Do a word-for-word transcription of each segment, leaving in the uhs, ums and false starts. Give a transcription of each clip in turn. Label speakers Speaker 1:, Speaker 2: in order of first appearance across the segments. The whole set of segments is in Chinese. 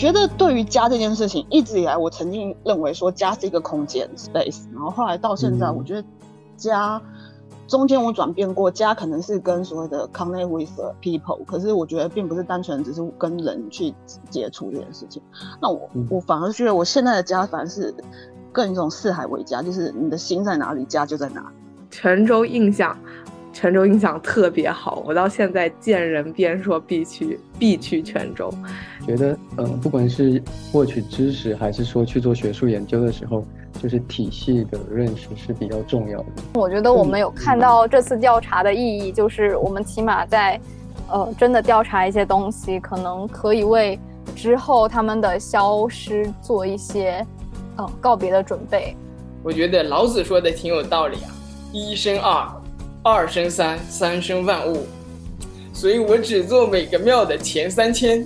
Speaker 1: 觉得对于家这件事情，一直以来我曾经认为说家是一个空间 space， 然后后来到现在，我觉得家、嗯、中间我转变过，家可能是跟所谓的 connect with people， 可是我觉得并不是单纯只是跟人去接触这件事情。那我、嗯、我反而觉得我现在的家反而是更一种四海为家，就是你的心在哪里，家就在哪里。
Speaker 2: 泉州印象。泉州印象特别好，我到现在见人便说必去必去泉州。
Speaker 3: 觉得呃，不管是获取知识还是说去做学术研究的时候，就是体系的认识是比较重要的。
Speaker 4: 我觉得我们有看到这次调查的意义，就是我们起码在呃真的调查一些东西，可能可以为之后他们的消失做一些呃告别的准备。
Speaker 5: 我觉得老子说的挺有道理啊，一生二，二生三，三生万物，所以我只做每个庙的前三千。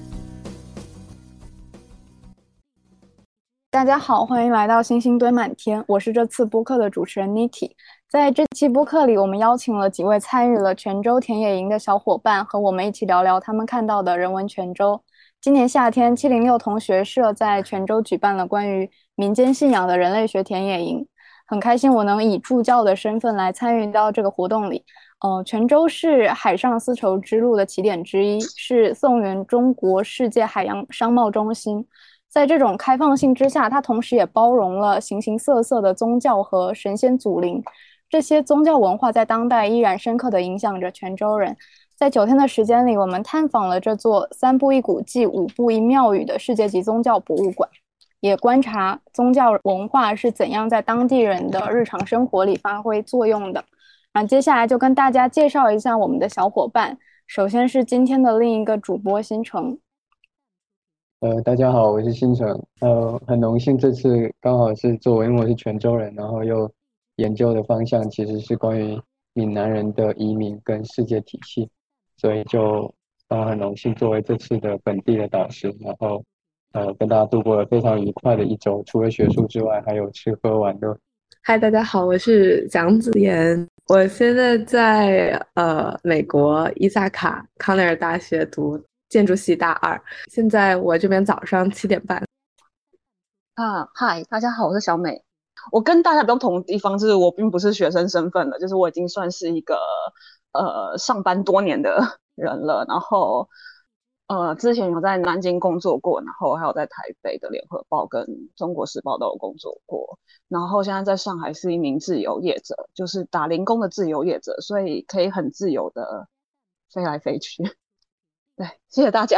Speaker 4: 大家好，欢迎来到星星堆满天，我是这次播客的主持人 Niki。 在这期播客里，我们邀请了几位参与了泉州田野营的小伙伴，和我们一起聊聊他们看到的人文泉州。今年夏天，七零六同学社在泉州举办了关于民间信仰的人类学田野营，很开心我能以助教的身份来参与到这个活动里。呃，泉州是海上丝绸之路的起点之一，是宋元中国世界海洋商贸中心。在这种开放性之下，它同时也包容了形形色色的宗教和神仙祖灵。这些宗教文化在当代依然深刻地影响着泉州人。在九天的时间里，我们探访了这座三步一古迹五步一庙宇的世界级宗教博物馆，也观察宗教文化是怎样在当地人的日常生活里发挥作用的。然后接下来就跟大家介绍一下我们的小伙伴，首先是今天的另一个主播新城。
Speaker 3: 呃，大家好，我是新城。呃，很荣幸这次刚好是作为因为我是泉州人，然后又研究的方向其实是关于闽南人的移民跟世界体系，所以就呃很荣幸作为这次的本地的导师，然后呃跟大家度过了非常愉快的一周，除了学术之外，还有吃喝玩乐。
Speaker 2: 嗨，大家好，我是蒋子妍，我现在在呃美国伊萨卡康奈尔大学读建筑系大二，现在我这边早上七点半。
Speaker 1: 啊，嗨，大家好，我是小美。我跟大家比较不同的地方就是我并不是学生身份了，就是我已经算是一个呃上班多年的人了，然后呃之前有在南京工作过，然后还有在台北的联合报跟中国时报都有工作过，然后现在在上海是一名自由业者，就是打零工的自由业者，所以可以很自由的飞来飞去。对，谢谢大家。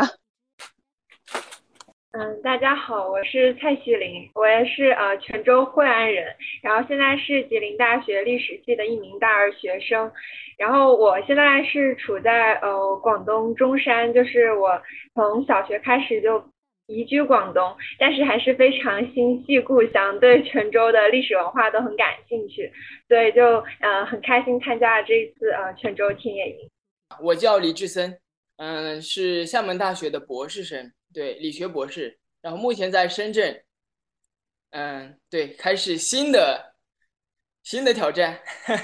Speaker 6: 嗯，大家好，我是蔡徐玲，我也是呃泉州惠安人，然后现在是吉林大学历史系的一名大二学生，然后我现在是处在呃广东中山，就是我从小学开始就移居广东，但是还是非常心系故乡，对泉州的历史文化都很感兴趣，所以就呃很开心参加了这一次呃泉州田野营。
Speaker 5: 我叫李志森，嗯，是厦门大学的博士生。对，理学博士，然后目前在深圳，嗯，对，开始新的新的挑战。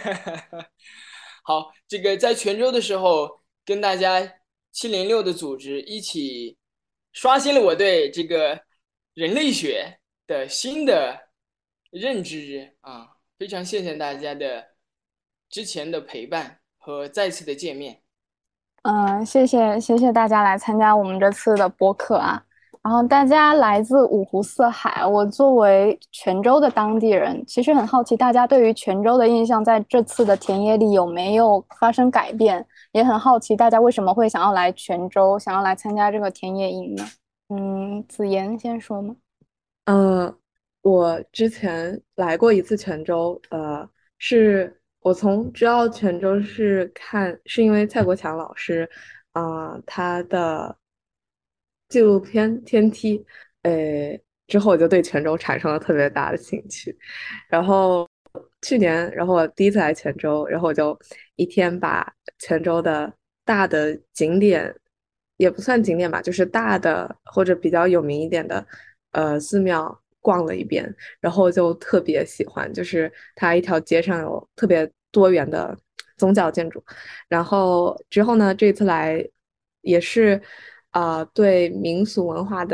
Speaker 5: 好，这个在泉州的时候，跟大家七零六的组织一起刷新了我对这个人类学的新的认知啊，非常谢谢大家的之前的陪伴和再次的见面。
Speaker 4: 嗯，谢谢谢谢大家来参加我们这次的播客啊。然后大家来自五湖四海，我作为泉州的当地人，其实很好奇大家对于泉州的印象在这次的田野里有没有发生改变，也很好奇大家为什么会想要来泉州，想要来参加这个田野营呢？嗯，子妍先说吗？
Speaker 2: 嗯，我之前来过一次泉州，呃，是我从知道泉州是看是因为蔡国强老师啊、呃，他的纪录片《天梯》，呃，之后我就对泉州产生了特别大的兴趣。然后去年，然后我第一次来泉州，然后我就一天把泉州的大的景点，也不算景点吧，就是大的或者比较有名一点的呃寺庙逛了一遍，然后就特别喜欢，就是它一条街上有特别多元的宗教建筑。然后之后呢，这次来也是啊、呃对民俗文化的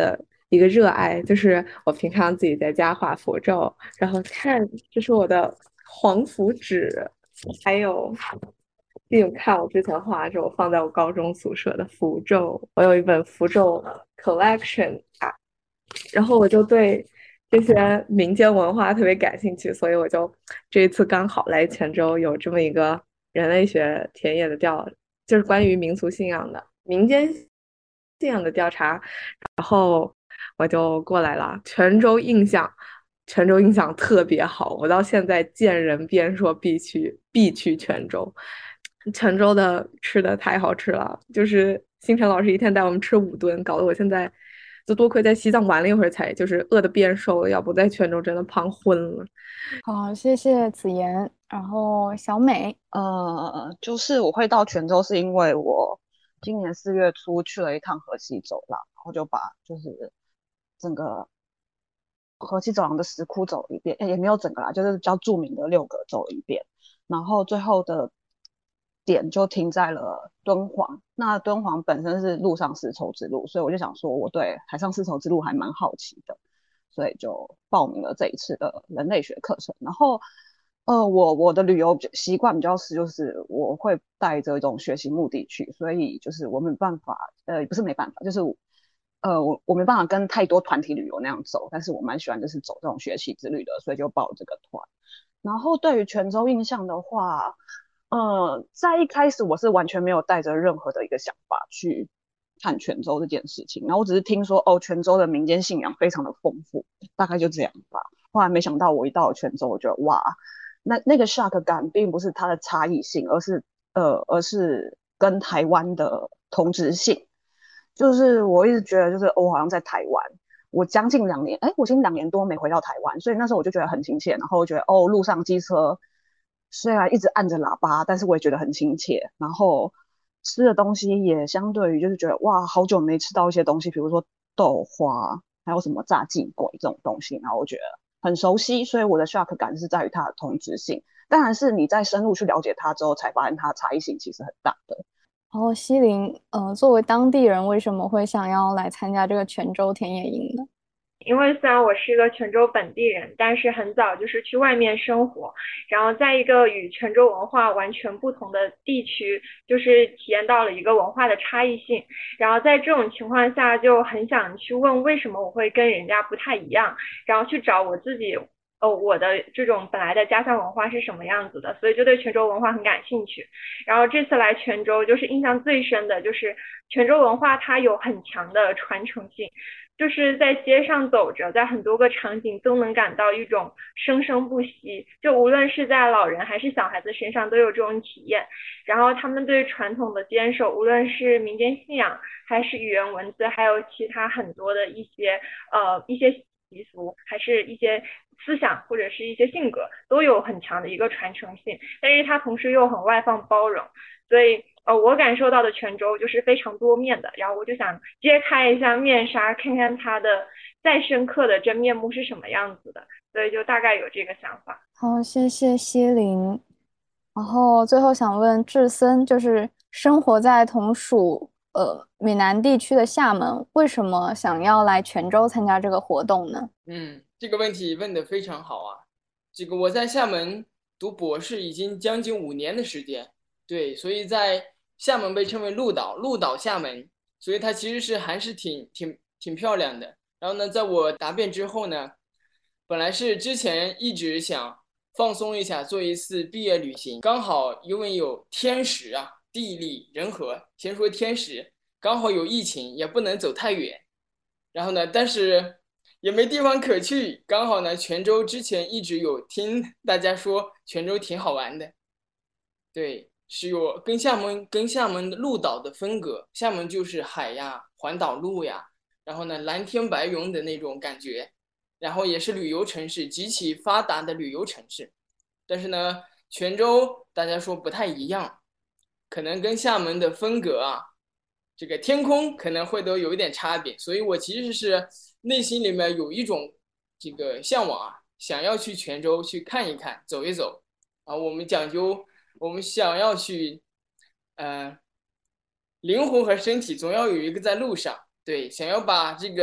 Speaker 2: 一个热爱，就是我平常自己在家画符咒，然后看这是我的黄符纸，还有你有看我之前画的时候放在我高中宿舍的符咒，我有一本符咒 collection 啊，然后我就对这些民间文化特别感兴趣，所以我就这一次刚好来泉州有这么一个人类学田野的调，就是关于民俗信仰的民间信仰的调查，然后我就过来了。泉州印象，泉州印象特别好，我到现在见人便说必去必去泉州。泉州的吃的太好吃了，就是星辰老师一天带我们吃五顿，搞得我现在就多亏在西藏玩了一会儿才就是饿得变瘦了，要不在泉州真的胖昏了。
Speaker 4: 好，谢谢子言。然后小美，
Speaker 1: 呃，就是我会到泉州，是因为我今年四月初去了一趟河西走廊，然后就把就是整个河西走廊的石窟走了一遍，也没有整个啦，就是比较著名的六个走了一遍，然后最后的点就停在了敦煌。那敦煌本身是陆上丝绸之路，所以我就想说，我对海上丝绸之路还蛮好奇的，所以就报名了这一次的人类学课程。然后，呃，我我的旅游习惯比较是，就是我会带着一种学习目的去，所以就是我没办法，呃，不是没办法，就是呃，我我没办法跟太多团体旅游那样走，但是我蛮喜欢就是走这种学习之旅的，所以就报这个团。然后对于泉州印象的话，呃，在一开始我是完全没有带着任何的一个想法去看泉州这件事情，然后我只是听说哦，泉州的民间信仰非常的丰富，大概就这样吧。后来没想到我一到泉州，我觉得哇，那那个 shock 感并不是它的差异性，而是呃，而是跟台湾的同质性。就是我一直觉得，就是、哦、我好像在台湾，我将近两年，哎，我已经两年多没回到台湾，所以那时候我就觉得很亲切，然后觉得哦，路上机车虽然一直按着喇叭，但是我也觉得很亲切，然后吃的东西也相对于就是觉得哇，好久没吃到一些东西，比如说豆花，还有什么炸鸡鬼这种东西，然后我觉得很熟悉，所以我的 shock 感是在于它的同质性，当然是你在深入去了解它之后，才发现它差异性其实很大的。
Speaker 4: 然后西林，呃，作为当地人，为什么会想要来参加这个泉州田野营呢？
Speaker 6: 因为虽然我是一个泉州本地人，但是很早就是去外面生活，然后在一个与泉州文化完全不同的地区，就是体验到了一个文化的差异性。然后在这种情况下，就很想去问为什么我会跟人家不太一样，然后去找我自己。哦，我的这种本来的家乡文化是什么样子的，所以就对泉州文化很感兴趣。然后这次来泉州，就是印象最深的就是泉州文化，它有很强的传承性。就是在街上走着，在很多个场景都能感到一种生生不息，就无论是在老人还是小孩子身上都有这种体验。然后他们对传统的坚守，无论是民间信仰，还是语言文字，还有其他很多的一些呃一些习俗，还是一些思想或者是一些性格，都有很强的一个传承性。但是它同时又很外放包容，所以呃，我感受到的泉州就是非常多面的，然后我就想揭开一下面纱，看看它的再深刻的真面目是什么样子的，所以就大概有这个想法。
Speaker 4: 好，谢谢西林。然后最后想问智森，就是生活在同属呃闽南地区的厦门，为什么想要来泉州参加这个活动呢？
Speaker 5: 嗯，这个问题问得非常好啊。这个我在厦门读博士已经将近五年的时间，对，所以在厦门被称为鹭岛，鹭岛厦门，所以它其实是还是挺挺挺漂亮的。然后呢，在我答辩之后呢，本来是之前一直想放松一下，做一次毕业旅行，刚好因为有天时啊，地利人和。先说天时，刚好有疫情，也不能走太远。然后呢，但是也没地方可去，刚好呢，泉州之前一直有听大家说泉州挺好玩的，对，是有跟厦门跟厦门的鹭岛的风格，厦门就是海呀、环岛路呀，然后呢蓝天白云的那种感觉，然后也是旅游城市，极其发达的旅游城市。但是呢，泉州大家说不太一样，可能跟厦门的风格啊，这个天空可能会都有一点差别，所以我其实是内心里面有一种这个向往啊，想要去泉州去看一看，走一走啊。我们讲究，我们想要去，呃，灵魂和身体总要有一个在路上，对，想要把这个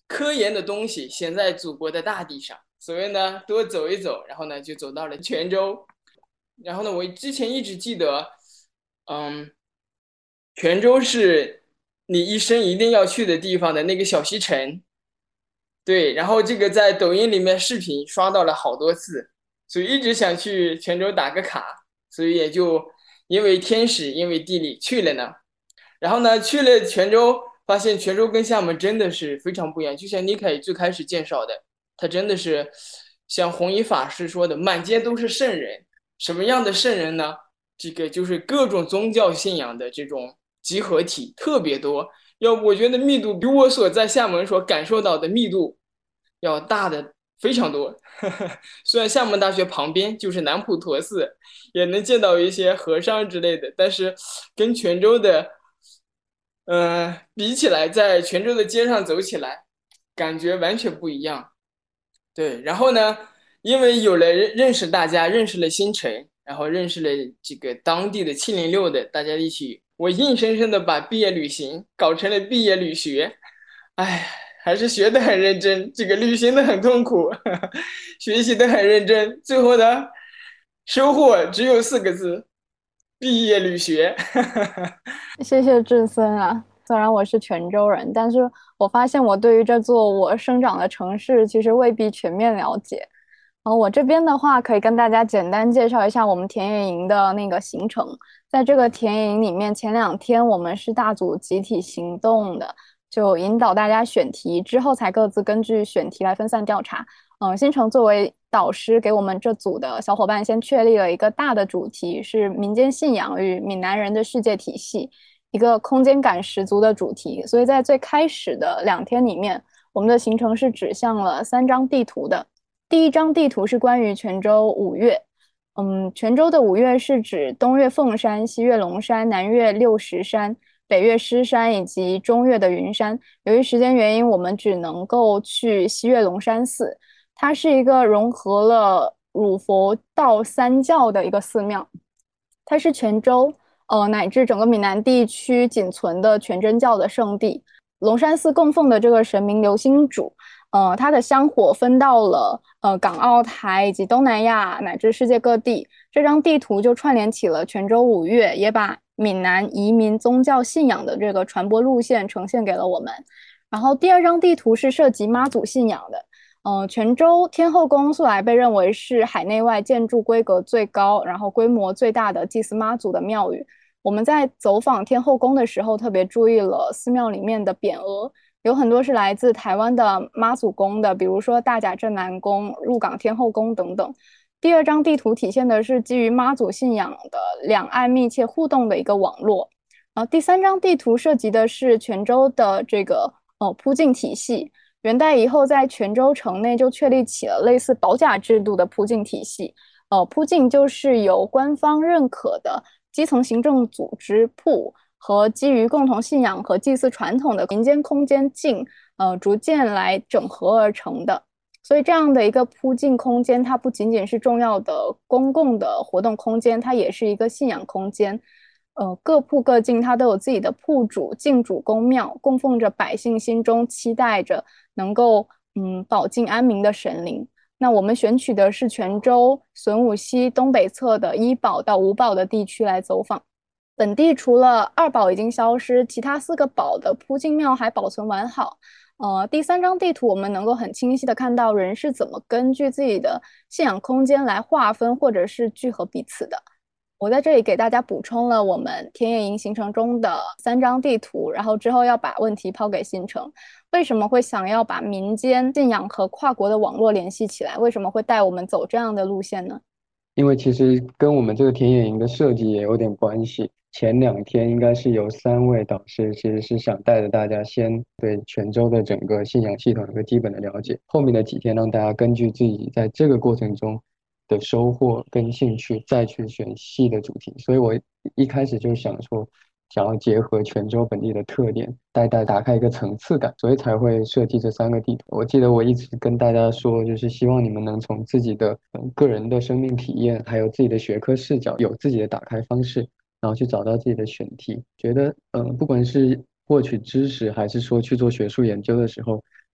Speaker 5: 科研的东西显在祖国的大地上，所以呢多走一走，然后呢就走到了泉州。然后呢我之前一直记得，嗯，泉州是你一生一定要去的地方的那个小西城。对，然后这个在抖音里面视频刷到了好多次，所以一直想去泉州打个卡，所以也就因为天时因为地利去了呢。然后呢去了泉州，发现泉州跟厦门真的是非常不一样，就像尼凯最开始介绍的，他真的是像弘一法师说的，满街都是圣人。什么样的圣人呢？这个就是各种宗教信仰的这种集合体特别多，要我觉得密度比我所在厦门所感受到的密度要大的非常多。虽然厦门大学旁边就是南普陀寺，也能见到一些和尚之类的，但是跟泉州的嗯、呃，比起来，在泉州的街上走起来感觉完全不一样。对，然后呢因为有了认识大家，认识了新城，然后认识了这个当地的七零六的，大家一起，我硬生生的把毕业旅行搞成了毕业旅学。哎，还是学得很认真，这个旅行的很痛苦，呵呵，学习的很认真，最后呢收获只有四个字：毕业旅学。
Speaker 4: 谢谢志森啊，虽然我是泉州人，但是我发现我对于这座我生长的城市其实未必全面了解。然后我这边的话，可以跟大家简单介绍一下我们田野营的那个行程。在这个田野营里面，前两天我们是大组集体行动的，就引导大家选题，之后才各自根据选题来分散调查。嗯，新城作为导师，给我们这组的小伙伴先确立了一个大的主题，是民间信仰与闽南人的世界体系，一个空间感十足的主题。所以在最开始的两天里面，我们的行程是指向了三张地图的。第一张地图是关于泉州五岳。嗯，泉州的五岳是指东岳凤山、西岳龙山、南岳六石山、北岳狮山以及中岳的云山。由于时间原因，我们只能够去西岳龙山寺。它是一个融合了儒佛道三教的一个寺庙，它是泉州呃乃至整个闽南地区仅存的全真教的圣地。龙山寺供奉的这个神明流星主，呃，它的香火分到了呃港澳台以及东南亚乃至世界各地。这张地图就串联起了泉州五岳，也把闽南移民宗教信仰的这个传播路线呈现给了我们。然后第二张地图是涉及妈祖信仰的。呃，泉州天后宫素来被认为是海内外建筑规格最高，然后规模最大的祭祀妈祖的庙宇。我们在走访天后宫的时候，特别注意了寺庙里面的匾额，有很多是来自台湾的妈祖宫的，比如说大甲镇南宫、鹿港天后宫等等。第二张地图体现的是基于妈祖信仰的两岸密切互动的一个网络。然后第三张地图涉及的是泉州的这个呃铺境体系。元代以后，在泉州城内就确立起了类似保甲制度的铺境体系。呃，铺境就是由官方认可的基层行政组织铺和基于共同信仰和祭祀传统的民间空间境，呃，逐渐来整合而成的。所以这样的一个铺境空间，它不仅仅是重要的公共的活动空间，它也是一个信仰空间。呃，各铺各境它都有自己的铺主、境主、公庙，供奉着百姓心中期待着能够嗯保境安民的神灵。那我们选取的是泉州笋武溪东北侧的一堡到五堡的地区来走访。本地除了二堡已经消失，其他四个堡的铺境庙还保存完好。呃，第三张地图我们能够很清晰的看到人是怎么根据自己的信仰空间来划分或者是聚合彼此的。我在这里给大家补充了我们田野营行程中的三张地图，然后之后要把问题抛给新城。为什么会想要把民间信仰和跨国的网络联系起来？为什么会带我们走这样的路线呢？
Speaker 3: 因为其实跟我们这个田野营的设计也有点关系。前两天应该是有三位导师，其实是想带着大家先对泉州的整个信仰系统有个基本的了解，后面的几天让大家根据自己在这个过程中的收获跟兴趣再去选细的主题。所以我一开始就想说想要结合泉州本地的特点，带大家打开一个层次感，所以才会设计这三个地图。我记得我一直跟大家说，就是希望你们能从自己的、嗯、个人的生命体验，还有自己的学科视角，有自己的打开方式，然后去找到自己的选题。觉得嗯，不管是获取知识，还是说去做学术研究的时候，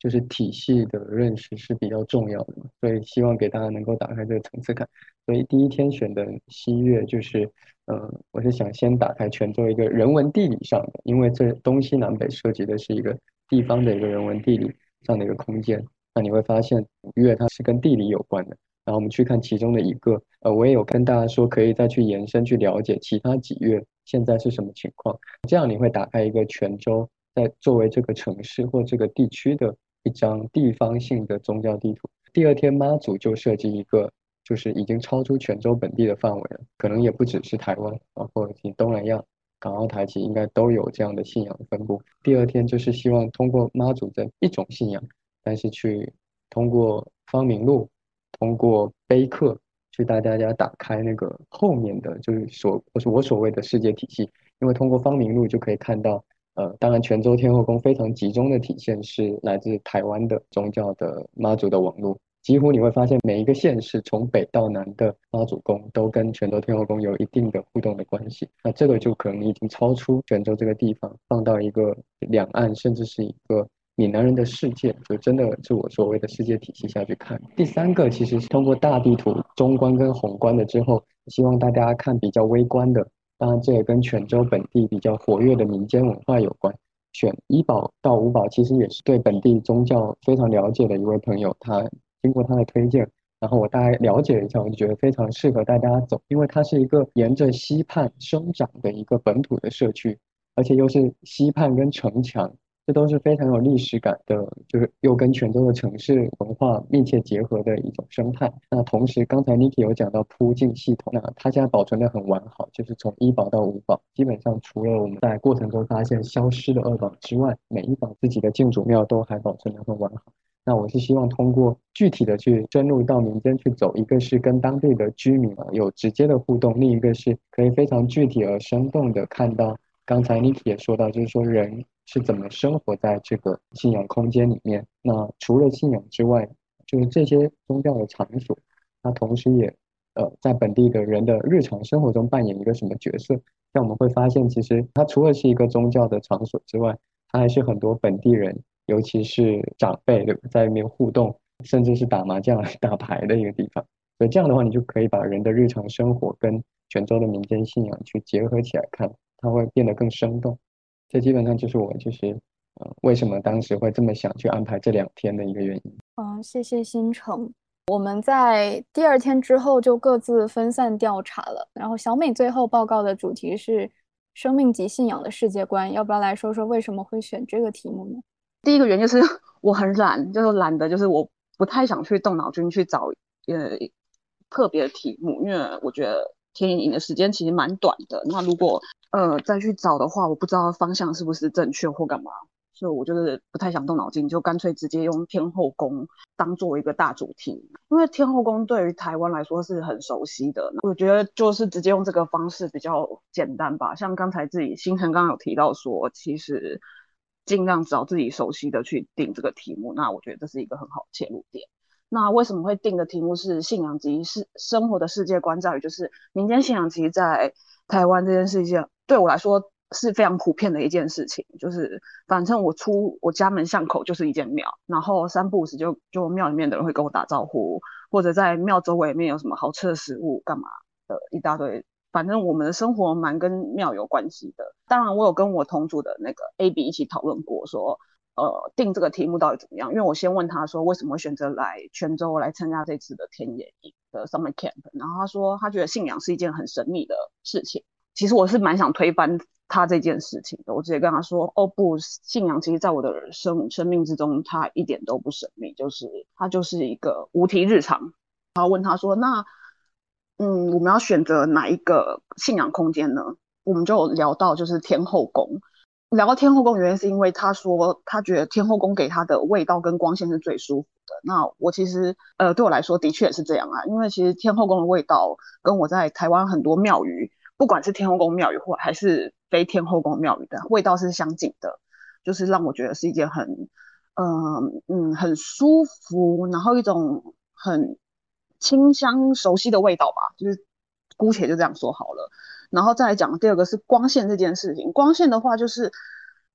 Speaker 3: 就是体系的认识是比较重要的嘛，所以希望给大家能够打开这个层次感。所以第一天选的西岳就是，呃，我是想先打开泉州一个人文地理上的，因为这东西南北涉及的是一个地方的一个人文地理上的一个空间。那你会发现五岳它是跟地理有关的，然后我们去看其中的一个，呃，我也有跟大家说可以再去延伸去了解其他几岳现在是什么情况，这样你会打开一个泉州在作为这个城市或这个地区的一张地方性的宗教地图。第二天妈祖就设计一个，就是已经超出泉州本地的范围了，可能也不只是台湾，包括东南亚、港澳台其实应该都有这样的信仰的分布。第二天就是希望通过妈祖的一种信仰，但是去通过芳明路，通过碑刻，去带大家打开那个后面的就是所或是我所谓的世界体系。因为通过芳明路就可以看到，呃，当然泉州天后宫非常集中的体现是来自台湾的宗教的妈祖的网络。几乎你会发现每一个县市从北到南的妈祖宫都跟泉州天后宫有一定的互动的关系，那这个就可能已经超出泉州这个地方，放到一个两岸甚至是一个闽南人的世界，就真的是我所谓的世界体系下去看。第三个其实是通过大地图中观跟宏观的之后，希望大家看比较微观的，当然这也跟泉州本地比较活跃的民间文化有关。选一保到五保其实也是对本地宗教非常了解的一位朋友，他经过他的推荐，然后我大概了解了一下，我就觉得非常适合大家走，因为它是一个沿着溪畔生长的一个本土的社区，而且又是溪畔跟城墙，这都是非常有历史感的，就是又跟泉州的城市文化密切结合的一种生态。那同时，刚才 Niki 有讲到铺境系统，那它现在保存的很完好，就是从一保到五保，基本上除了我们在过程中发现消失的二保之外，每一保自己的敬主庙都还保存得很完好。那我是希望通过具体的去深入到民间去走，一个是跟当地的居民啊有直接的互动，另一个是可以非常具体而生动的看到，刚才 Niki 也说到，就是说人是怎么生活在这个信仰空间里面。那除了信仰之外，就是这些宗教的场所，它同时也呃在本地的人的日常生活中扮演一个什么角色？像我们会发现，其实它除了是一个宗教的场所之外，它还是很多本地人，尤其是长辈，对吧，在里面互动，甚至是打麻将、打牌的一个地方。所以这样的话，你就可以把人的日常生活跟泉州的民间信仰去结合起来看，它会变得更生动。这基本上就是我就是呃为什么当时会这么想去安排这两天的一个原因。
Speaker 4: 嗯，谢谢新城。我们在第二天之后就各自分散调查了，然后小美最后报告的主题是生命及信仰的世界观，要不要来说说为什么会选这个题目呢？
Speaker 1: 第一个原因就是我很懒，就是懒得，就是我不太想去动脑筋去找呃特别的题目，因为我觉得天眼营的时间其实蛮短的。那如果呃再去找的话，我不知道方向是不是正确或干嘛，所以我就是不太想动脑筋，就干脆直接用天后宫当做一个大主题。因为天后宫对于台湾来说是很熟悉的，我觉得就是直接用这个方式比较简单吧。像刚才自己星辰刚刚有提到说，其实尽量找自己熟悉的去定这个题目，那我觉得这是一个很好的切入点。那为什么会定的题目是信仰及是生活的世界观，在于就是民间信仰其实在台湾这件事情对我来说是非常普遍的一件事情，就是反正我出我家门巷口就是一间庙，然后三不五时就就庙里面的人会跟我打招呼，或者在庙周围里面有什么好吃的食物干嘛的一大堆，反正我们的生活蛮跟庙有关系的。当然我有跟我同组的那个 A B 一起讨论过说呃，定这个题目到底怎么样？因为我先问他说为什么会选择来泉州来参加这次的田野营的 summer camp， 然后他说他觉得信仰是一件很神秘的事情。其实我是蛮想推翻他这件事情的，我直接跟他说，哦不，信仰其实在我的生生命之中，它一点都不神秘，就是它就是一个无题日常。然后问他说，那嗯，我们要选择哪一个信仰空间呢？我们就聊到就是天后宫。聊到天后宫原因是因为他说他觉得天后宫给他的味道跟光线是最舒服的。那我其实呃对我来说的确也是这样啊，因为其实天后宫的味道跟我在台湾很多庙宇，不管是天后宫庙宇或还是非天后宫庙宇的味道是相近的，就是让我觉得是一件很嗯嗯很舒服，然后一种很清香熟悉的味道吧，就是姑且就这样说好了。然后再来讲第二个是光线这件事情。光线的话就是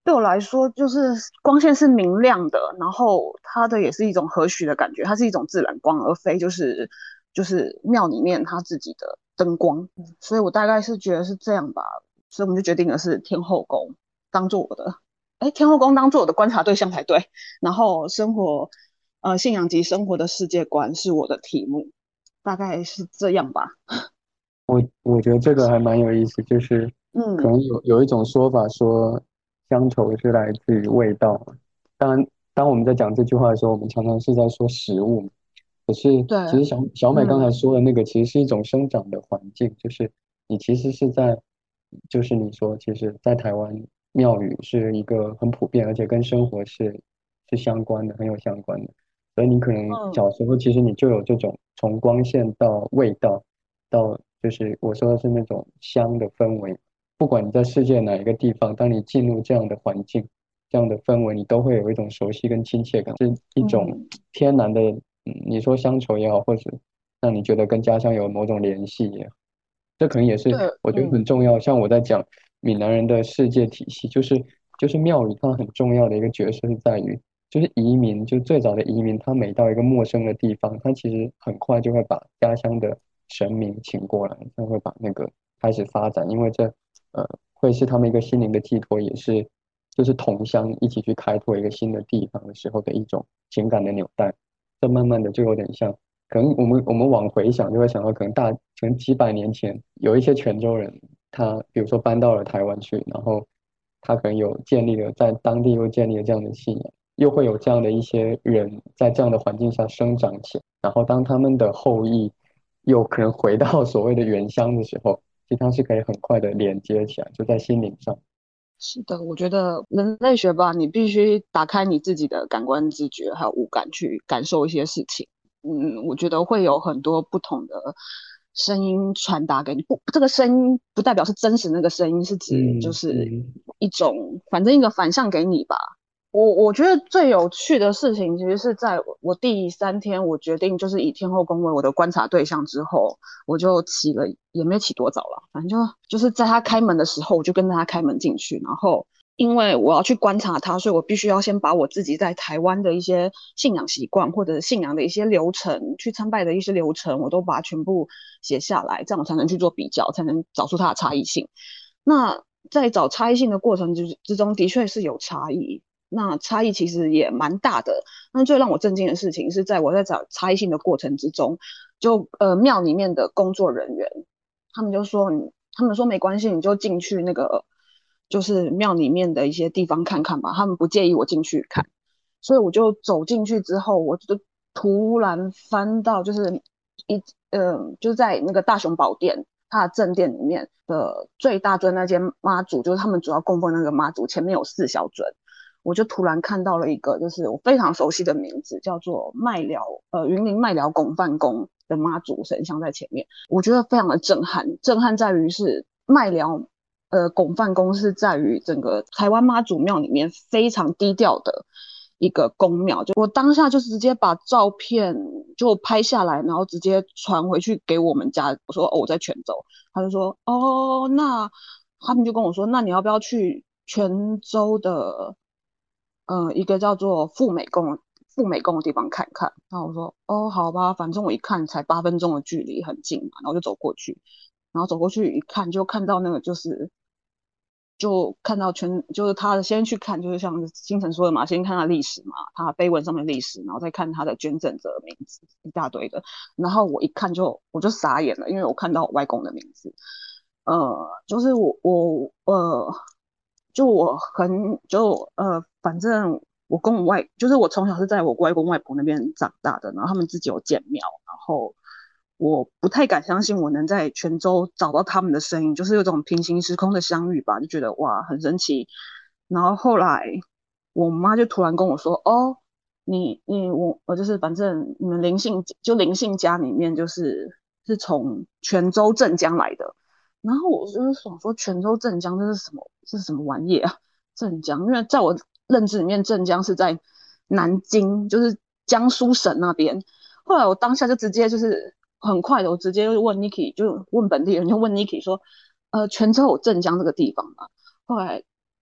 Speaker 1: 对我来说，就是光线是明亮的，然后它的也是一种和煦的感觉，它是一种自然光，而非就是就是庙里面它自己的灯光。所以我大概是觉得是这样吧，所以我们就决定的是天后宫当做我的，哎，天后宫当做我的观察对象才对。然后生活，呃，信仰及生活的世界观是我的题目，大概是这样吧。
Speaker 3: 我我觉得这个还蛮有意思，就是可
Speaker 1: 嗯，
Speaker 3: 能有有一种说法说乡愁是来自于味道嘛。当然，当我们在讲这句话的时候，我们常常是在说食物嘛。可是
Speaker 1: 对，
Speaker 3: 其实小小美刚才
Speaker 1: 嗯
Speaker 3: 说的那个，其实是一种生长的环境，就是你其实是在，就是你说，其实，在台湾庙宇是一个很普遍，而且跟生活是是相关的，很有相关的。所以你可能
Speaker 1: 嗯
Speaker 3: 小时候其实你就有这种从光线到味道。到就是我说的是那种香的氛围，不管你在世界哪一个地方，当你进入这样的环境、这样的氛围，你都会有一种熟悉跟亲切感，是一种
Speaker 1: 嗯，
Speaker 3: 天然的，嗯，你说乡愁也好，或者让你觉得跟家乡有某种联系也好，这可能也是
Speaker 1: 对，
Speaker 3: 我觉得很
Speaker 1: 嗯
Speaker 3: 重要。像我在讲闽南人的世界体系，就是就是庙宇它很重要的一个角色是在于。就是移民，就最早的移民，他每到一个陌生的地方，他其实很快就会把家乡的神明请过来，他会把那个开始发展，因为这呃会是他们一个心灵的寄托，也是就是同乡一起去开拓一个新的地方的时候的一种情感的纽带。这慢慢的就有点像，可能我们我们往回想，就会想到可能大可能几百年前有一些泉州人，他比如说搬到了台湾去，然后他可能有建立了在当地又建立了这样的信仰。又会有这样的一些人在这样的环境下生长起来，然后当他们的后裔又可能回到所谓的原乡的时候，其实它是可以很快的连接起来，就在心灵上。
Speaker 1: 是的，我觉得人类学吧，你必须打开你自己的感官知觉还有五感去感受一些事情。嗯，我觉得会有很多不同的声音传达给你。不，这个声音不代表是真实那个声音，是指就
Speaker 3: 嗯
Speaker 1: 是
Speaker 3: 嗯
Speaker 1: 一种反正一个反向给你吧。我我觉得最有趣的事情，其实是在我我第三天，我决定就是以天后宫为我的观察对象之后，我就起了，也没有起多早了，反正就就是在他开门的时候，我就跟着他开门进去，然后因为我要去观察他，所以我必须要先把我自己在台湾的一些信仰习惯或者信仰的一些流程，去参拜的一些流程，我都把它全部写下来，这样我才能去做比较，才能找出它的差异性。那在找差异性的过程之之中，的确是有差异。那差异其实也蛮大的。那最让我震惊的事情是在我在找差异性的过程之中，就呃庙里面的工作人员，他们就说你，他们说没关系，你就进去那个就是庙里面的一些地方看看吧，他们不介意我进去看。所以我就走进去之后，我就突然翻到就是一呃就是在那个大雄宝殿。它的正殿里面的最大尊那间妈祖，就是他们主要供奉那个妈祖，前面有四小尊，我就突然看到了一个，就是我非常熟悉的名字，叫做麦寮，呃，云林麦寮拱范宫的妈祖神像在前面，我觉得非常的震撼。震撼在于是麦寮，呃，拱范宫是在于整个台湾妈祖庙里面非常低调的一个宫庙，就我当下就直接把照片就拍下来，然后直接传回去给我们家，我说哦我在泉州，他就说哦那他们就跟我说，那你要不要去泉州的呃一个叫做富美宫富美宫的地方看看？然后我说哦好吧，反正我一看才八分钟的距离，很近嘛，然后就走过去，然后走过去一看就看到那个就是就看到全就是他先去看，就是像星辰说的嘛，先看他历史嘛，他碑文上面的历史，然后再看他的捐赠者名字一大堆的，然后我一看就我就傻眼了，因为我看到我外公的名字，呃，就是我我呃，就我很就呃，反正我跟我外就是我从小是在我外公外婆那边长大的，然后他们自己有建庙，然后我不太敢相信我能在泉州找到他们的身影，就是有种平行时空的相遇吧，就觉得哇很神奇。然后后来我妈就突然跟我说：“哦，你你我我就是反正你们灵性就灵性家里面就是是从泉州镇江来的。”然后我就是想说，泉州镇江这是什么？这是什么玩意啊？镇江，因为在我认知里面，镇江是在南京，就是江苏省那边。后来我当下就直接就是很快的，我直接问 Niki，就问本地人，就问 Niki 说，呃，泉州有镇江这个地方吗？后来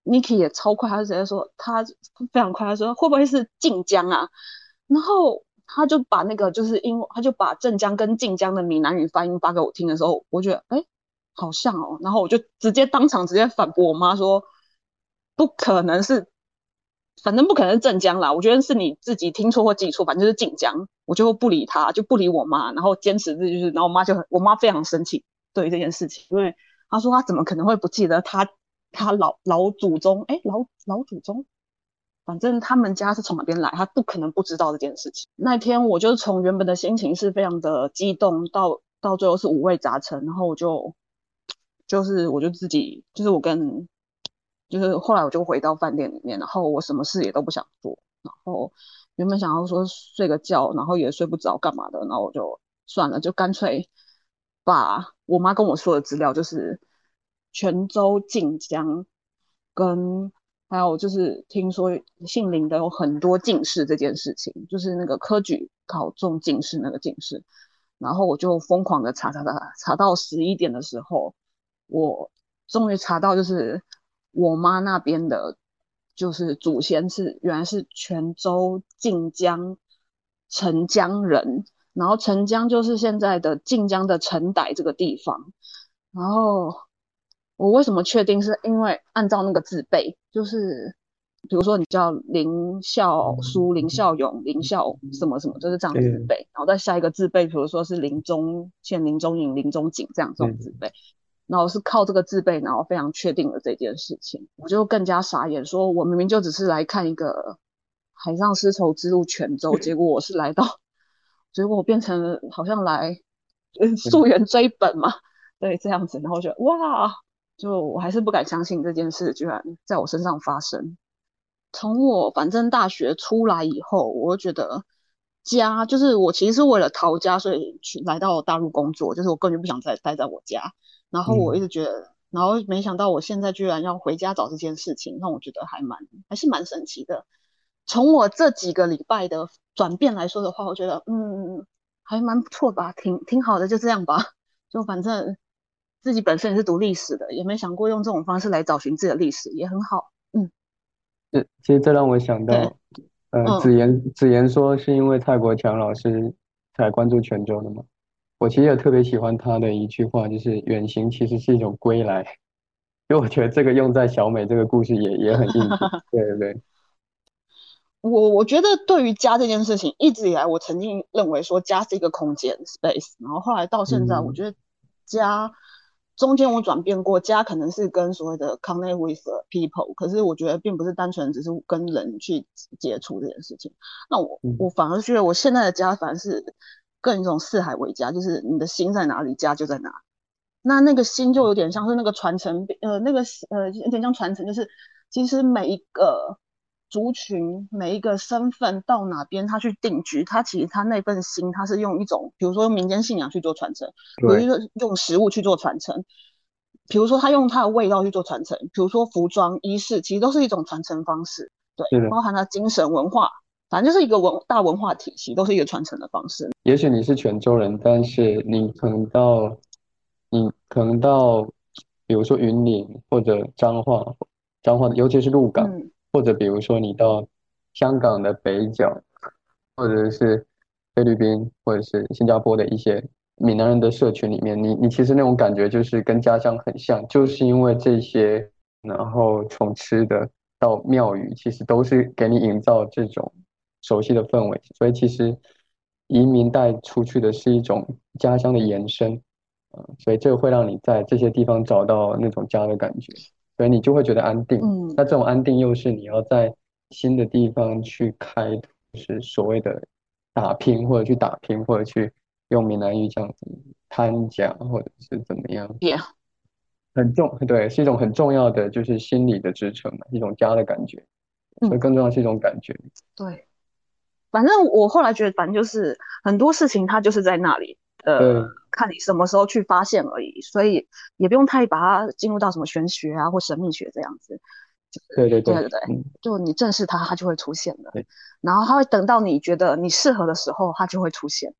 Speaker 1: Niki 也超快，他就直接说他非常快，他说会不会是晋江啊？然后他就把那个就是英，他就把镇江跟晋江的闽南语发音发给我听的时候，我觉得哎好像哦，然后我就直接当场直接反驳我妈说，不可能是，反正不可能是镇江啦，我觉得是你自己听错或记错，反正就是晋江，我就不理他，就不理我妈，然后坚持这就是，然后我妈就很，我妈非常生气对于这件事情，因为她说她怎么可能会不记得她她老老祖宗，哎老老祖宗。反正他们家是从哪边来，他不可能不知道这件事情。那天我就从原本的心情是非常的激动，到到最后是五味杂陈，然后我就就是我就自己就是我跟就是后来我就回到饭店里面，然后我什么事也都不想做，然后原本想要说睡个觉，然后也睡不着干嘛的，然后我就算了，就干脆把我妈跟我说的资料，就是泉州、晋江跟还有就是听说姓林的有很多进士这件事情，就是那个科举考中进士那个进士，然后我就疯狂的查查查查到十一点的时候，我终于查到就是我妈那边的，就是祖先是原来是泉州晋江澄江人，然后澄江就是现在的晋江的澄傣这个地方，然后我为什么确定？是因为按照那个字辈，就是比如说你叫林孝书、林孝勇、林孝什么什么，就是这样字辈。然后再下一个字辈，比如说是林中宪、林中颖、林中景这样这种字辈。然后是靠这个字辈，然后非常确定了这件事情，我就更加傻眼，说我明明就只是来看一个海上丝绸之路泉州，结果我是来到，结果我变成好像来溯源追本嘛，对，这样子，然后觉得哇。就我还是不敢相信这件事居然在我身上发生。从我反正大学出来以后，我就觉得家就是我其实是为了逃家，所以去来到大陆工作，就是我根本就不想再待在我家。然后我一直觉得，嗯、然后没想到我现在居然要回家找这件事情，让我觉得还蛮还是蛮神奇的。从我这几个礼拜的转变来说的话，我觉得嗯还蛮不错吧，挺挺好的，就这样吧。就反正自己本身也是读历史的，也没想过用这种方式来找寻自己的历史，也很好。嗯，
Speaker 3: 这其实这让我想到，呃，
Speaker 1: 嗯
Speaker 3: 子言子言说是因为蔡国强老师才关注泉州的嘛。我其实也特别喜欢他的一句话，就是远行其实是一种归来。因为我觉得这个用在小美这个故事也也很应景。对对对。
Speaker 1: 我我觉得对于家这件事情，一直以来我曾经认为说家是一个空间 space，然后后来到现在，我觉得家中间我转变过，家可能是跟所谓的 connect with people，可是我觉得并不是单纯只是跟人去接触这件事情。那我我反而觉得我现在的家反而是更一种四海为家，就是你的心在哪里，家就在哪里。那那个心就有点像是那个传承，呃，那个呃有点像传承，就是其实每一个族群、每一个身份到哪边他去定居，他其实他那份心，他是用一种，比如说用民间信仰去做传承，比如说用食物去做传承，比如说他用他的味道去做传承，比如说服装、衣饰，其实都是一种传承方式，对，包含他精神文化，反正就是一个文大文化体系，都是一个传承的方式。
Speaker 3: 也许你是泉州人，但是你可能到你可能到，比如说云林或者彰化，彰化尤其是鹿港，
Speaker 1: 嗯、
Speaker 3: 或者比如说你到香港的北角，或者是菲律宾或者是新加坡的一些闽南人的社群里面，你你其实那种感觉就是跟家乡很像，就是因为这些，然后从吃的到庙宇，其实都是给你营造这种熟悉的氛围，所以其实移民带出去的是一种家乡的延伸。呃，所以这个会让你在这些地方找到那种家的感觉，所以你就会觉得安定。
Speaker 1: 嗯，
Speaker 3: 那这种安定又是你要在新的地方去开，就是所谓的打拼，或者去打拼，或者去用闽南语这样子摊家，或者是怎么样，
Speaker 1: yeah.
Speaker 3: 很重，对，是一种很重要的，就是心理的支撑嘛，一种家的感觉。所以更重要的是一种感觉。
Speaker 1: 嗯、对。反正我后来觉得，反正就是很多事情它就是在那里，呃，看你什么时候去发现而已，所以也不用太把它进入到什么玄学啊或神秘学这样子。
Speaker 3: 对对
Speaker 1: 对对对，
Speaker 3: 嗯、
Speaker 1: 就你正视它，它就会出现的。然后它会等到你觉得你适合的时候，它就会出现。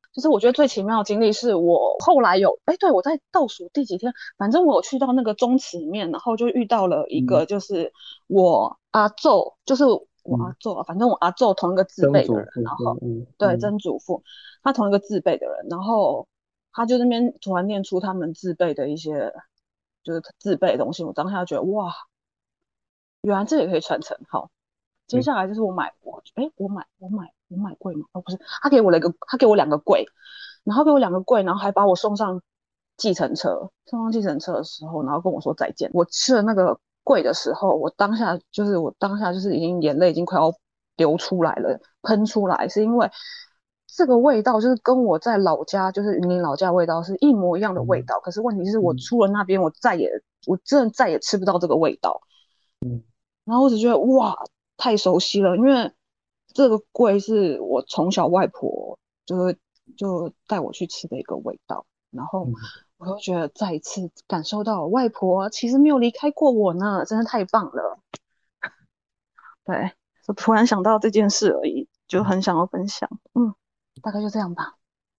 Speaker 1: 就是我觉得最奇妙的经历是我后来有，哎，对，我在倒数第几天，反正我有去到那个宗祠里面，然后就遇到了一个，就是我阿昼，就是我阿昼啊，反正我阿昼同一个字辈的人，然后对曾祖父，他同一个字辈的人，然后他就那边突然念出他们字辈的一些就是字辈的东西，我当下觉得哇，原来这也可以传承。好，接下来就是我买我哎我买我买我买柜吗？哦不是，他给我了一个他给我两个柜，然后给我两个柜，然后还把我送上计程车，送上计程车的时候，然后跟我说再见。我吃了那个柜的时候，我当下就是我当下就是已经眼泪已经快要流出来了，喷出来，是因为这个味道就是跟我在老家就是云林老家的味道是一模一样的味道，可是问题是我出了那边，我再也我真的再也吃不到这个味道。然后我只觉得哇，太熟悉了，因为这个柜是我从小外婆就是就带我去吃的一个味道，然后我又觉得再一次感受到外婆其实没有离开过我呢，真的太棒了。对，就突然想到这件事而已，就很想要分享。嗯，大概就这样吧。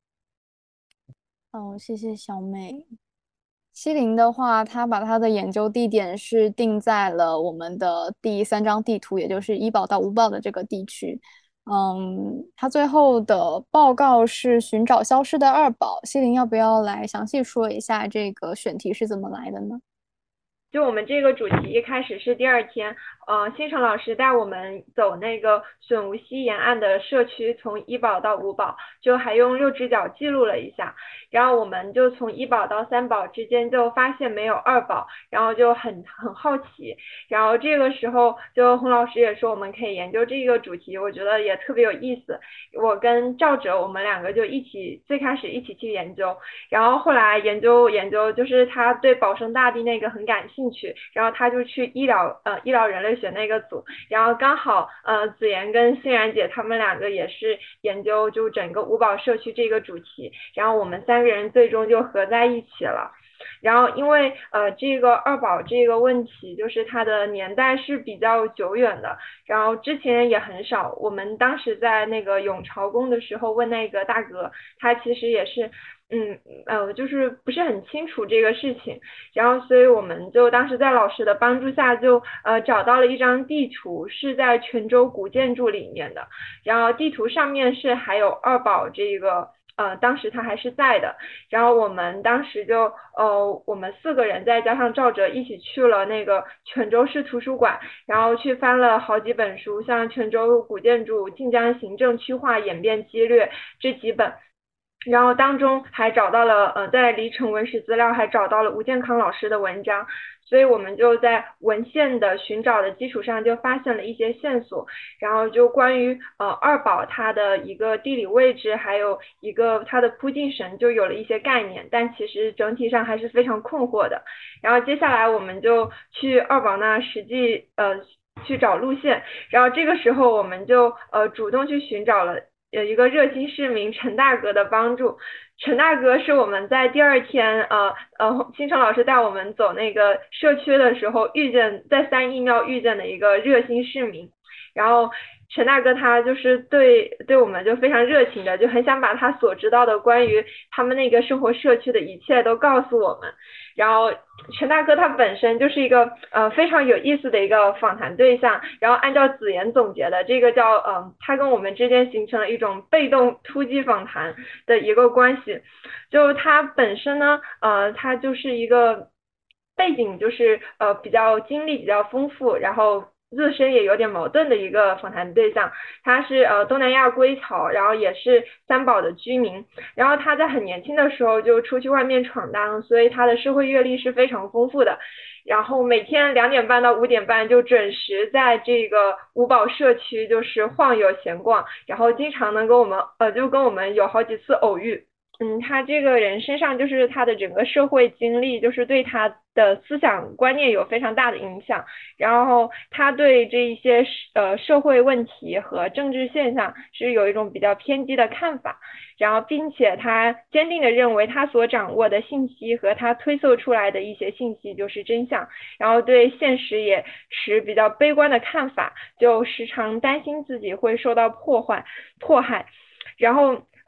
Speaker 4: 哦，谢谢小美。西林的话，他把他的研究地点是定在了我们的第三张地图，也就是一堡到五堡的这个地区。嗯，他最后的报告是寻找消失的二堡。西林要不要来详细说一下这个选题是怎么来的呢？
Speaker 6: 就我们这个主题一开始是第二天，呃，新城老师带我们走那个笋吴溪沿岸的社区，从一堡到五堡，就还用六只脚记录了一下。然后我们就从一堡到三堡之间就发现没有二堡，然后就很很好奇。然后这个时候就洪老师也说我们可以研究这个主题，我觉得也特别有意思。我跟赵哲我们两个就一起最开始一起去研究，然后后来研究研究，就是他对保生大帝那个很感兴趣，然后他就去医疗呃医疗人类学那个组，然后刚好呃子妍跟欣然姐他们两个也是研究就整个五堡社区这个主题，然后我们三个人最终就合在一起了。然后因为呃这个二堡这个问题，就是它的年代是比较久远的，然后之前也很少。我们当时在那个永朝宫的时候问那个大哥，他其实也是嗯呃就是不是很清楚这个事情，然后所以我们就当时在老师的帮助下就呃找到了一张地图，是在泉州古建筑里面的，然后地图上面是还有二堡这个。呃，当时他还是在的，然后我们当时就呃，我们四个人再加上赵哲一起去了那个泉州市图书馆，然后去翻了好几本书，像《泉州古建筑晋江行政区划演变激略》这几本。然后当中还找到了，呃，在离城文史资料还找到了吴健康老师的文章，所以我们就在文献的寻找的基础上就发现了一些线索，然后就关于呃二堡它的一个地理位置，还有一个它的铺进神就有了一些概念，但其实整体上还是非常困惑的。然后接下来我们就去二堡那实际呃去找路线，然后这个时候我们就呃主动去寻找了。有一个热心市民陈大哥的帮助，陈大哥是我们在第二天呃呃新城老师带我们走那个社区的时候遇见，在三义庙遇见的一个热心市民，然后陈大哥他就是对对我们就非常热情的，就很想把他所知道的关于他们那个生活社区的一切都告诉我们。然后陈大哥他本身就是一个呃非常有意思的一个访谈对象，然后按照子妍总结的这个叫呃他跟我们之间形成了一种被动突击访谈的一个关系。就他本身呢呃他就是一个背景就是呃比较经历比较丰富，然后自身也有点矛盾的一个访谈对象。他是呃东南亚归侨，然后也是三堡的居民，然后他在很年轻的时候就出去外面闯荡，所以他的社会阅历是非常丰富的。然后每天两点半到五点半就准时在这个五堡社区就是晃悠闲逛，然后经常能跟我们呃就跟我们有好几次偶遇。嗯，他这个人身上就是他的整个社会经历，就是对他的思想观念有非常大的影响。然后他对这一些呃社会问题和政治现象是有一种比较偏激的看法。然后并且他坚定的认为他所掌握的信息和他推测出来的一些信息就是真相，然后对现实也持比较悲观的看法，就时常担心自己会受到破坏迫害。然后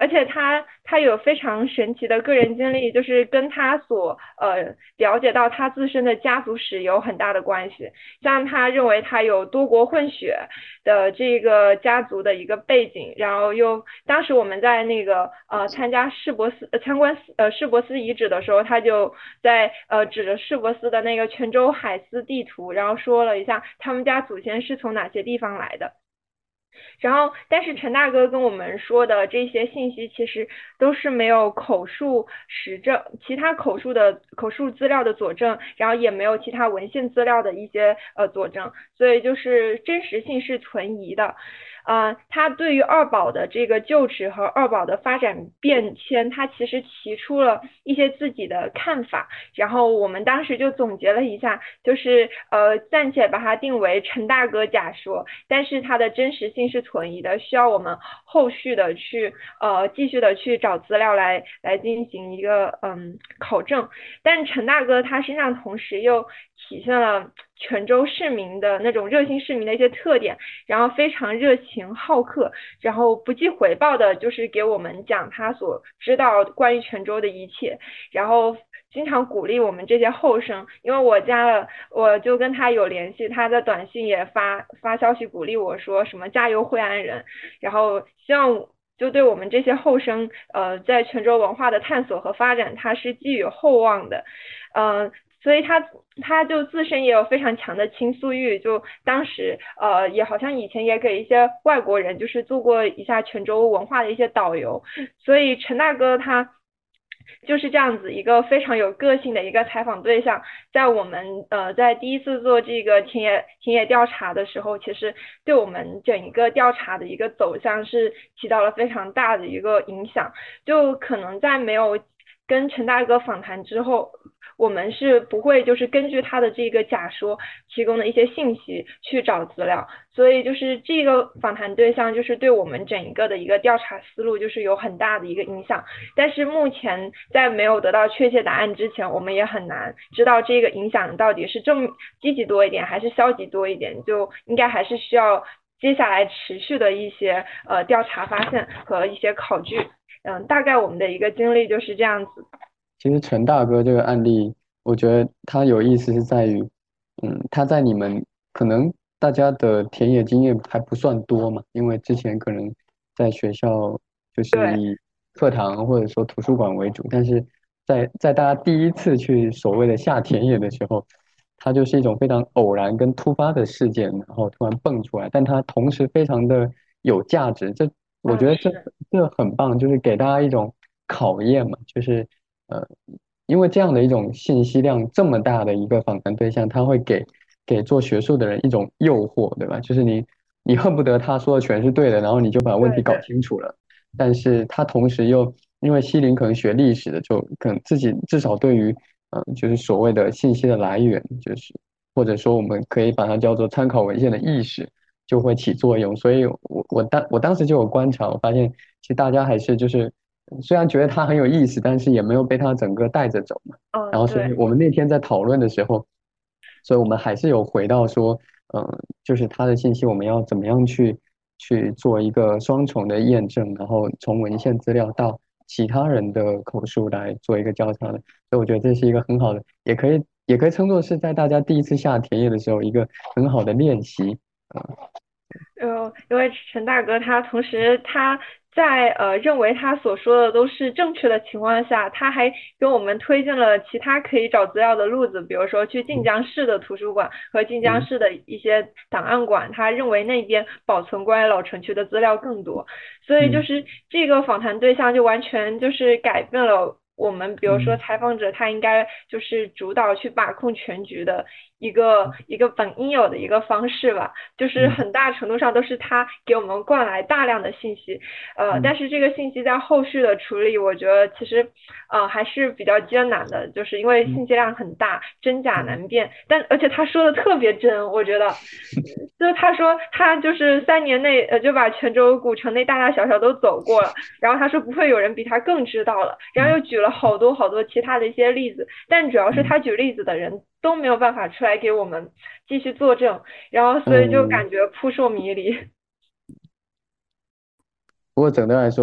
Speaker 6: 而且他他有非常神奇的个人经历，就是跟他所呃了解到他自身的家族史有很大的关系。像他认为他有多国混血的这个家族的一个背景，然后又当时我们在那个呃参加市博斯呃参观呃市博斯遗址的时候，他就在呃指着市博斯的那个泉州海丝地图，然后说了一下他们家祖先是从哪些地方来的。然后，但是陈大哥跟我们说的这些信息其实都是没有口述实证，其他口述的口述资料的佐证，然后也没有其他文献资料的一些呃佐证，所以就是真实性是存疑的。呃，他对于二宝的这个就职和二宝的发展变迁，他其实提出了一些自己的看法，然后我们当时就总结了一下，就是呃暂且把它定为陈大哥假说，但是它的真实性是存疑的，需要我们后续的去呃继续的去找资料来来进行一个嗯考证。但陈大哥他身上同时又体现了泉州市民的那种热心市民的一些特点，然后非常热情好客，然后不计回报的，就是给我们讲他所知道关于泉州的一切，然后经常鼓励我们这些后生。因为我加了，我就跟他有联系，他的短信也发发消息鼓励我说什么加油惠安人，然后希望就对我们这些后生，呃，在泉州文化的探索和发展，他是寄予厚望的，嗯、呃。所以他他就自身也有非常强的倾诉欲，就当时呃也好像以前也给一些外国人就是做过一下泉州文化的一些导游，所以陈大哥他就是这样子一个非常有个性的一个采访对象。在我们呃在第一次做这个田野田野调查的时候，其实对我们整一个调查的一个走向是起到了非常大的一个影响。就可能在没有跟陈大哥访谈之后，我们是不会就是根据他的这个假说提供的一些信息去找资料，所以就是这个访谈对象就是对我们整一个的一个调查思路就是有很大的一个影响。但是目前在没有得到确切答案之前，我们也很难知道这个影响到底是正积极多一点还是消极多一点，就应该还是需要接下来持续的一些呃调查发现和一些考据。嗯，大概我们的一个经历就是这样子。
Speaker 3: 其实陈大哥这个案例，我觉得他有意思是在于，嗯，他在你们可能大家的田野经验还不算多嘛，因为之前可能在学校就是以课堂或者说图书馆为主，但是在在大家第一次去所谓的下田野的时候，它就是一种非常偶然跟突发的事件，然后突然蹦出来，但它同时非常的有价值，这我觉得这、
Speaker 6: 嗯、
Speaker 3: 这很棒，就是给大家一种考验嘛，就是呃，因为这样的一种信息量这么大的一个访谈对象，他会给给做学术的人一种诱惑，对吧？就是你你恨不得他说的全是对的，然后你就把问题搞清楚了。但是他同时又因为西林可能学历史的，就可能自己至少对于嗯、呃，就是所谓的信息的来源，就是或者说我们可以把它叫做参考文献的意识，就会起作用。所以我我当我当时就有观察，我发现其实大家还是就是虽然觉得他很有意思，但是也没有被他整个带着走嘛。
Speaker 6: 哦，
Speaker 3: 然后所以我们那天在讨论的时候，所以我们还是有回到说，嗯、呃，就是他的信息我们要怎么样去去做一个双重的验证，然后从文献资料到其他人的口述来做一个交叉的。所以我觉得这是一个很好的，也可以也可以称作是在大家第一次下田野的时候一个很好的练习。
Speaker 6: 呃，因为陈大哥他同时他在呃认为他所说的都是正确的情况下，他还给我们推荐了其他可以找资料的路子，比如说去晋江市的图书馆和晋江市的一些档案馆，他认为那边保存关于老城区的资料更多，所以就是这个访谈对象就完全就是改变了我们比如说采访者他应该就是主导去把控全局的一个一个本应有的一个方式吧，就是很大程度上都是他给我们灌来大量的信息，呃，但是这个信息在后续的处理，我觉得其实呃还是比较艰难的，就是因为信息量很大，真假难辨，但而且他说的特别真，我觉得，就是他说他就是三年内呃就把泉州古城内大大小小都走过了，然后他说不会有人比他更知道了，然后又举了好多好多其他的一些例子，但主要是他举例子的人都没有办法出来给我们继续作证，然后所以就感觉扑朔迷离。
Speaker 3: 不过整的来说，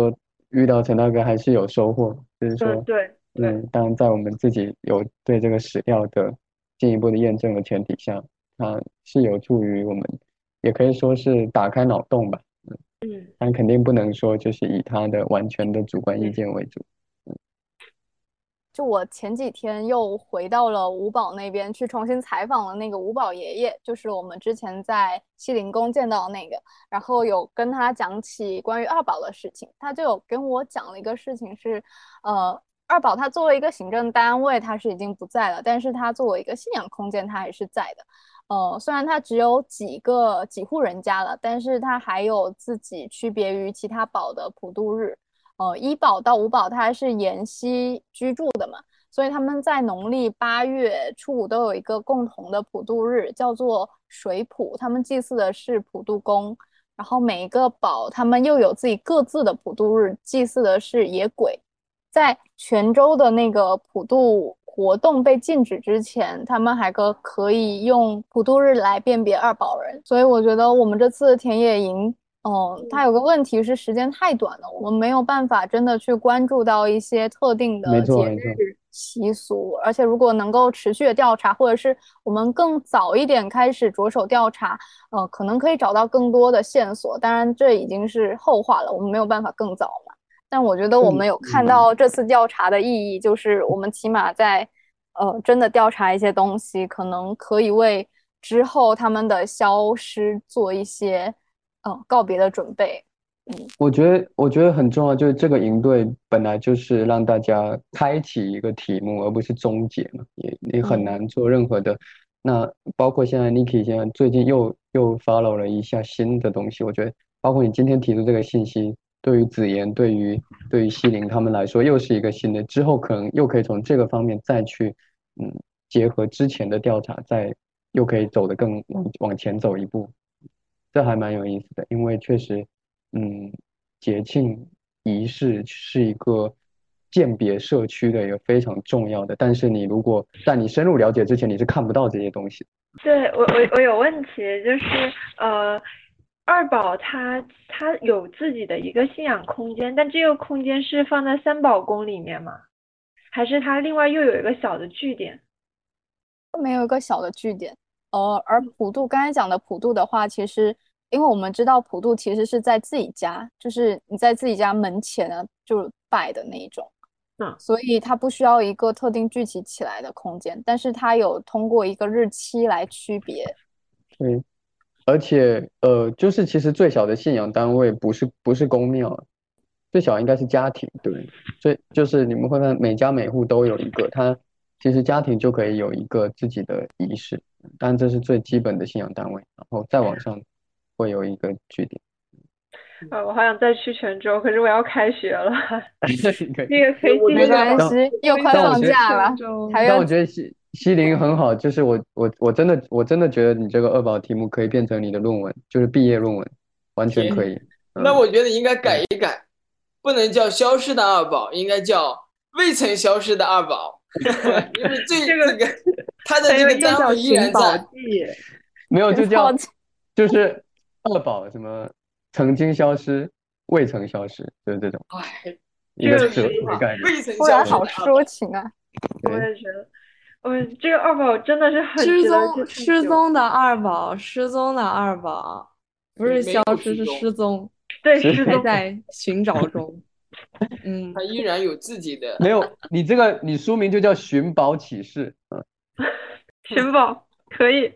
Speaker 3: 遇到陈大哥还是有收获，就是
Speaker 6: 嗯，
Speaker 3: 说，
Speaker 6: 对对，
Speaker 3: 嗯，当然在我们自己有对这个史料的进一步的验证的前提下，它是有助于我们，也可以说是打开脑洞吧。
Speaker 6: 嗯
Speaker 3: 但肯定不能说就是以他的完全的主观意
Speaker 6: 嗯
Speaker 3: 见为主。
Speaker 4: 就我前几天又回到了五宝那边去重新采访了那个五宝爷爷，就是我们之前在西陵宫见到的那个，然后有跟他讲起关于二宝的事情，他就有跟我讲了一个事情是，呃，二宝他作为一个行政单位，他是已经不在了，但是他作为一个信仰空间，他还是在的。呃，虽然他只有几个几户人家了，但是他还有自己区别于其他宝的普渡日。呃，一宝到五宝它是沿溪居住的嘛，所以他们在农历八月初五都有一个共同的普渡日，叫做水普，他们祭祀的是普渡公。然后每一个宝他们又有自己各自的普渡日，祭祀的是野鬼。在泉州的那个普渡活动被禁止之前，他们还可可以用普渡日来辨别二宝人，所以我觉得我们这次田野营。哦，它有个问题是时间太短了，我们没有办法真的去关注到一些特定
Speaker 3: 没
Speaker 4: 的节
Speaker 3: 错没错，
Speaker 4: 日习俗，而且如果能够持续的调查，或者是我们更早一点开始着手调查，呃，可能可以找到更多的线索。当然，这已经是后话了，我们没有办法更早嘛。但我觉得我们有看
Speaker 3: 嗯，
Speaker 4: 到这次调查的意义，就是我们起码在呃真的调查一些东西，可能可以为之后他们的消失做一些。呃告别的准备。嗯，
Speaker 3: 我觉得我觉得很重要，就是这个营队本来就是让大家开启一个题目，而不是终结嘛，也也很
Speaker 4: 嗯
Speaker 3: 难做任何的。那包括现在 Niki 现在最近又又 follow 了一下新的东西，我觉得包括你今天提出这个信息，对于子妍，对于对于西林他们来说，又是一个新的，之后可能又可以从这个方面再去嗯结合之前的调查，再又可以走得更往往前走一步。这还蛮有意思的，因为确实，嗯，节庆仪式是一个鉴别社区的一个非常重要的，但是你如果在你深入了解之前，你是看不到这些东西的。
Speaker 6: 对，我我我有问题，就是呃，二宝他他有自己的一个信仰空间，但这个空间是放在三宝宫里面吗？还是他另外又有一个小的据点？
Speaker 4: 没有一个小的据点。呃，而普渡刚才讲的普渡的话，其实因为我们知道普渡其实是在自己家，就是你在自己家门前啊就拜的那一种，
Speaker 6: 嗯，
Speaker 4: 所以它不需要一个特定聚集起来的空间，但是它有通过一个日期来区别。
Speaker 3: 对，而且呃，就是其实最小的信仰单位不是不是公庙，最小应该是家庭，对，所以就是你们会看每家每户都有一个，它其实家庭就可以有一个自己的仪式，当然这是最基本的信仰单位，然后再往上会有一个据点。
Speaker 6: 啊，我好想再去泉州，可是我要开学了。
Speaker 3: 可以，
Speaker 6: 那个可以继续
Speaker 5: 我觉得
Speaker 4: 没关系，又快放
Speaker 3: 但我觉得
Speaker 4: 假了，还
Speaker 3: 但
Speaker 4: 有
Speaker 3: 我觉得西西林很好，就是我我我真的我真的觉得你这个二宝题目可以变成你的论文，就是毕业论文，完全可以。
Speaker 5: 那
Speaker 3: 嗯，
Speaker 5: 我觉得应该改一改，不能叫消失的二宝，应该叫未曾消失的二宝，因为这
Speaker 6: 这个
Speaker 5: 这个他的
Speaker 6: 还有叶
Speaker 5: 这个单
Speaker 6: 小
Speaker 5: 位依然
Speaker 6: 寻宝
Speaker 5: 在。
Speaker 6: 记，
Speaker 3: 没有就叫
Speaker 4: 抱歉
Speaker 3: 就是二宝什么曾经消失，未曾消失，就是这种
Speaker 5: 哎，
Speaker 6: 这个
Speaker 3: 一个哲学概念。
Speaker 5: 未曾
Speaker 4: 突然好
Speaker 5: 消失的二宝。
Speaker 4: 抒情啊！
Speaker 6: 我也觉得，我这个二宝真的是很
Speaker 2: 失
Speaker 6: 值得去
Speaker 2: 踪失
Speaker 6: 探究。
Speaker 2: 踪的二宝，失踪的二宝，不是
Speaker 5: 没有
Speaker 2: 消失，是
Speaker 5: 失踪
Speaker 2: 失踪，
Speaker 3: 是
Speaker 2: 还
Speaker 6: 对，失踪。
Speaker 2: 在寻找中。嗯，
Speaker 5: 他依然有自己的。
Speaker 3: 没有，你这个你书名就叫寻宝启事，嗯，
Speaker 6: 寻宝可以。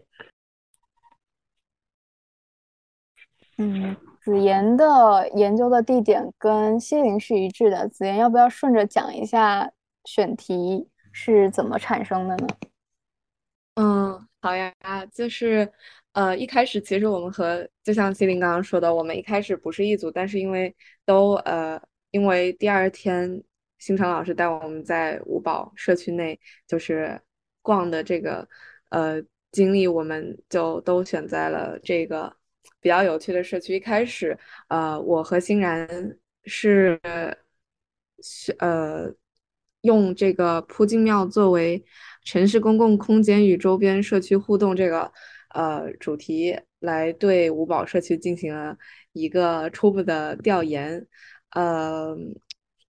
Speaker 4: 嗯，子妍的研究的地点跟西林是一致的。子妍要不要顺着讲一下选题是怎么产生的呢？
Speaker 2: 嗯，好呀，就是呃，一开始其实我们和就像麒麟刚刚说的，我们一开始不是一组，但是因为都呃，因为第二天星辰老师带我们在五宝社区内就是逛的这个呃经历，我们就都选在了这个比较有趣的社区。一开始呃，我和欣然是是呃。用这个扑镜庙作为城市公共空间与周边社区互动这个呃主题，来对五宝社区进行了一个初步的调研。呃，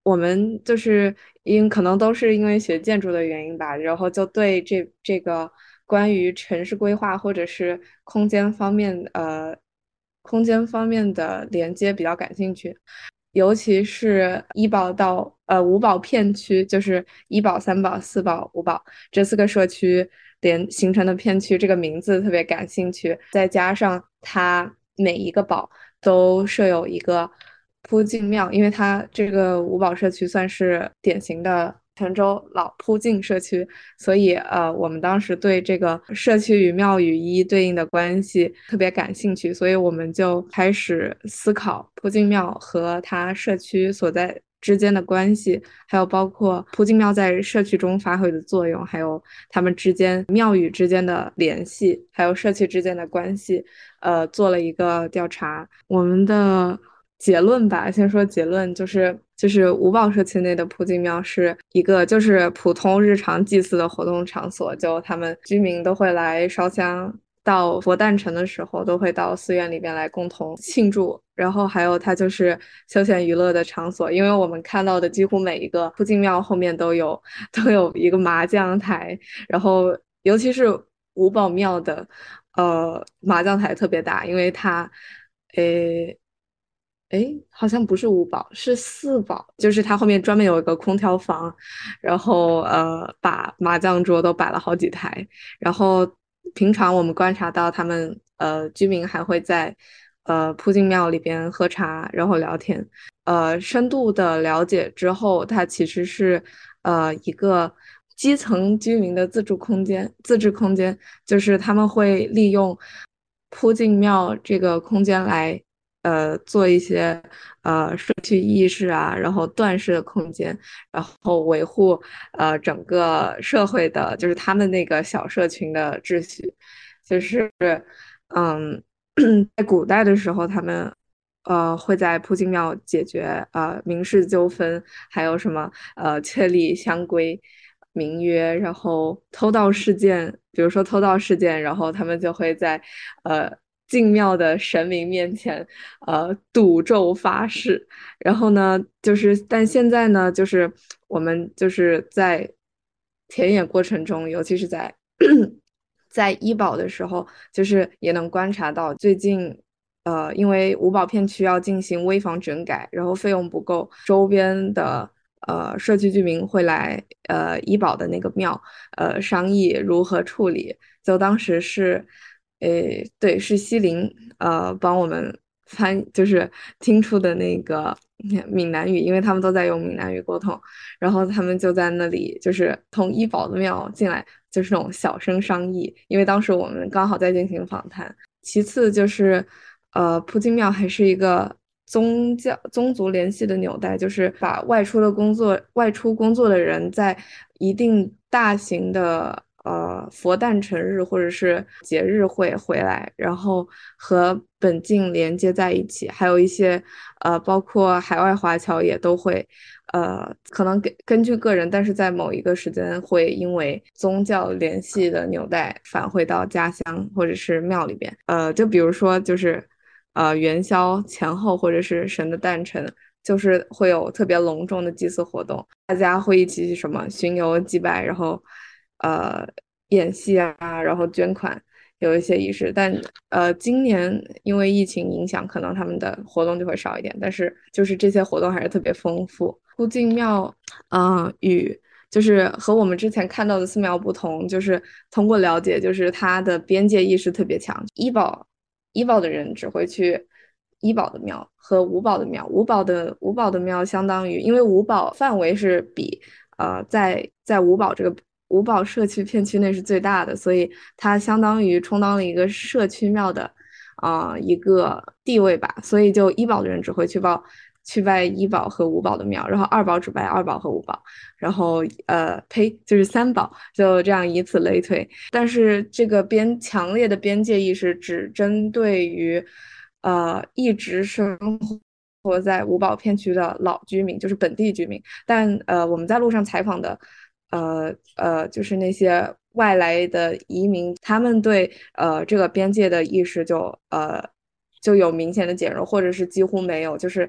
Speaker 2: 我们就是因可能都是因为学建筑的原因吧，然后就对这这个关于城市规划或者是空间方面呃空间方面的连接比较感兴趣。尤其是医保到呃五保片区，就是医保、三保、四保、五保这四个社区连形成的片区，这个名字特别感兴趣。再加上它每一个保都设有一个扑净庙，因为它这个五保社区算是典型的泉州老扑净社区，所以呃，我们当时对这个社区与庙宇一一对应的关系特别感兴趣，所以我们就开始思考扑净庙和它社区所在之间的关系，还有包括扑净庙在社区中发挥的作用，还有他们之间庙宇之间的联系，还有社区之间的关系，呃，做了一个调查。我们的结论吧，先说结论，就是就是五保社区内的扑净庙是一个就是普通日常祭祀的活动场所，就他们居民都会来烧香，到佛诞辰的时候都会到寺院里边来共同庆祝，然后还有它就是休闲娱乐的场所，因为我们看到的几乎每一个扑净庙后面都有都有一个麻将台，然后尤其是五保庙的呃麻将台特别大，因为它诶。诶，好像不是五保，是四保，就是它后面专门有一个空调房，然后呃，把麻将桌都摆了好几台。然后平常我们观察到他们呃居民还会在呃扑净庙里边喝茶，然后聊天。呃，深度的了解之后，它其实是呃一个基层居民的自助空间、自治空间，就是他们会利用扑净庙这个空间来。呃，做一些呃社区意识啊，然后断式的空间，然后维护呃整个社会的，就是他们那个小社群的秩序，就是嗯，在古代的时候，他们呃会在扑净庙解决呃民事纠纷，还有什么呃确立乡规。民约，然后偷盗事件，比如说偷盗事件，然后他们就会在呃进庙的神明面前呃赌咒发誓，然后呢，就是但现在呢，就是我们就是在田野过程中，尤其是在在医保的时候，就是也能观察到最近。呃，因为五保片区要进行危房整改，然后费用不够，周边的呃社区居民会来呃医保的那个庙呃商议如何处理。就当时是，呃对，是西林呃帮我们翻，就是听出的那个闽南语，因为他们都在用闽南语沟通，然后他们就在那里就是从医保的庙进来，就是那种小声商议，因为当时我们刚好在进行访谈。其次就是，呃，扑净庙还是一个宗教宗族联系的纽带，就是把外出的工作、外出工作的人在一定大型的呃佛诞辰日或者是节日会回来，然后和本境连接在一起，还有一些呃包括海外华侨也都会。呃，可能根根据个人，但是在某一个时间会因为宗教联系的纽带返回到家乡或者是庙里边。呃，就比如说就是呃元宵前后或者是神的诞辰，就是会有特别隆重的祭祀活动，大家会一起什么巡游祭拜，然后呃演戏啊，然后捐款。有一些仪式，但呃，今年因为疫情影响，可能他们的活动就会少一点。但是就是这些活动还是特别丰富。扑净庙，嗯、呃，与就是和我们之前看到的寺庙不同，就是通过了解，就是它的边界意识特别强。医保医保的人只会去医保的庙和五保的庙，五保的五保的庙相当于，因为五保范围是比呃在在五保这个。五保社区片区内是最大的，所以它相当于充当了一个社区庙的，啊、呃、一个地位吧。所以就医保的人只会去报去拜医保和五保的庙，然后二保只拜二保和五保，然后呃呸就是三保，就这样以此类推。但是这个边强烈的边界意识只针对于呃一直生活在五保片区的老居民，就是本地居民。但呃我们在路上采访的。呃呃，就是那些外来的移民，他们对呃这个边界的意识就呃就有明显的减弱，或者是几乎没有，就是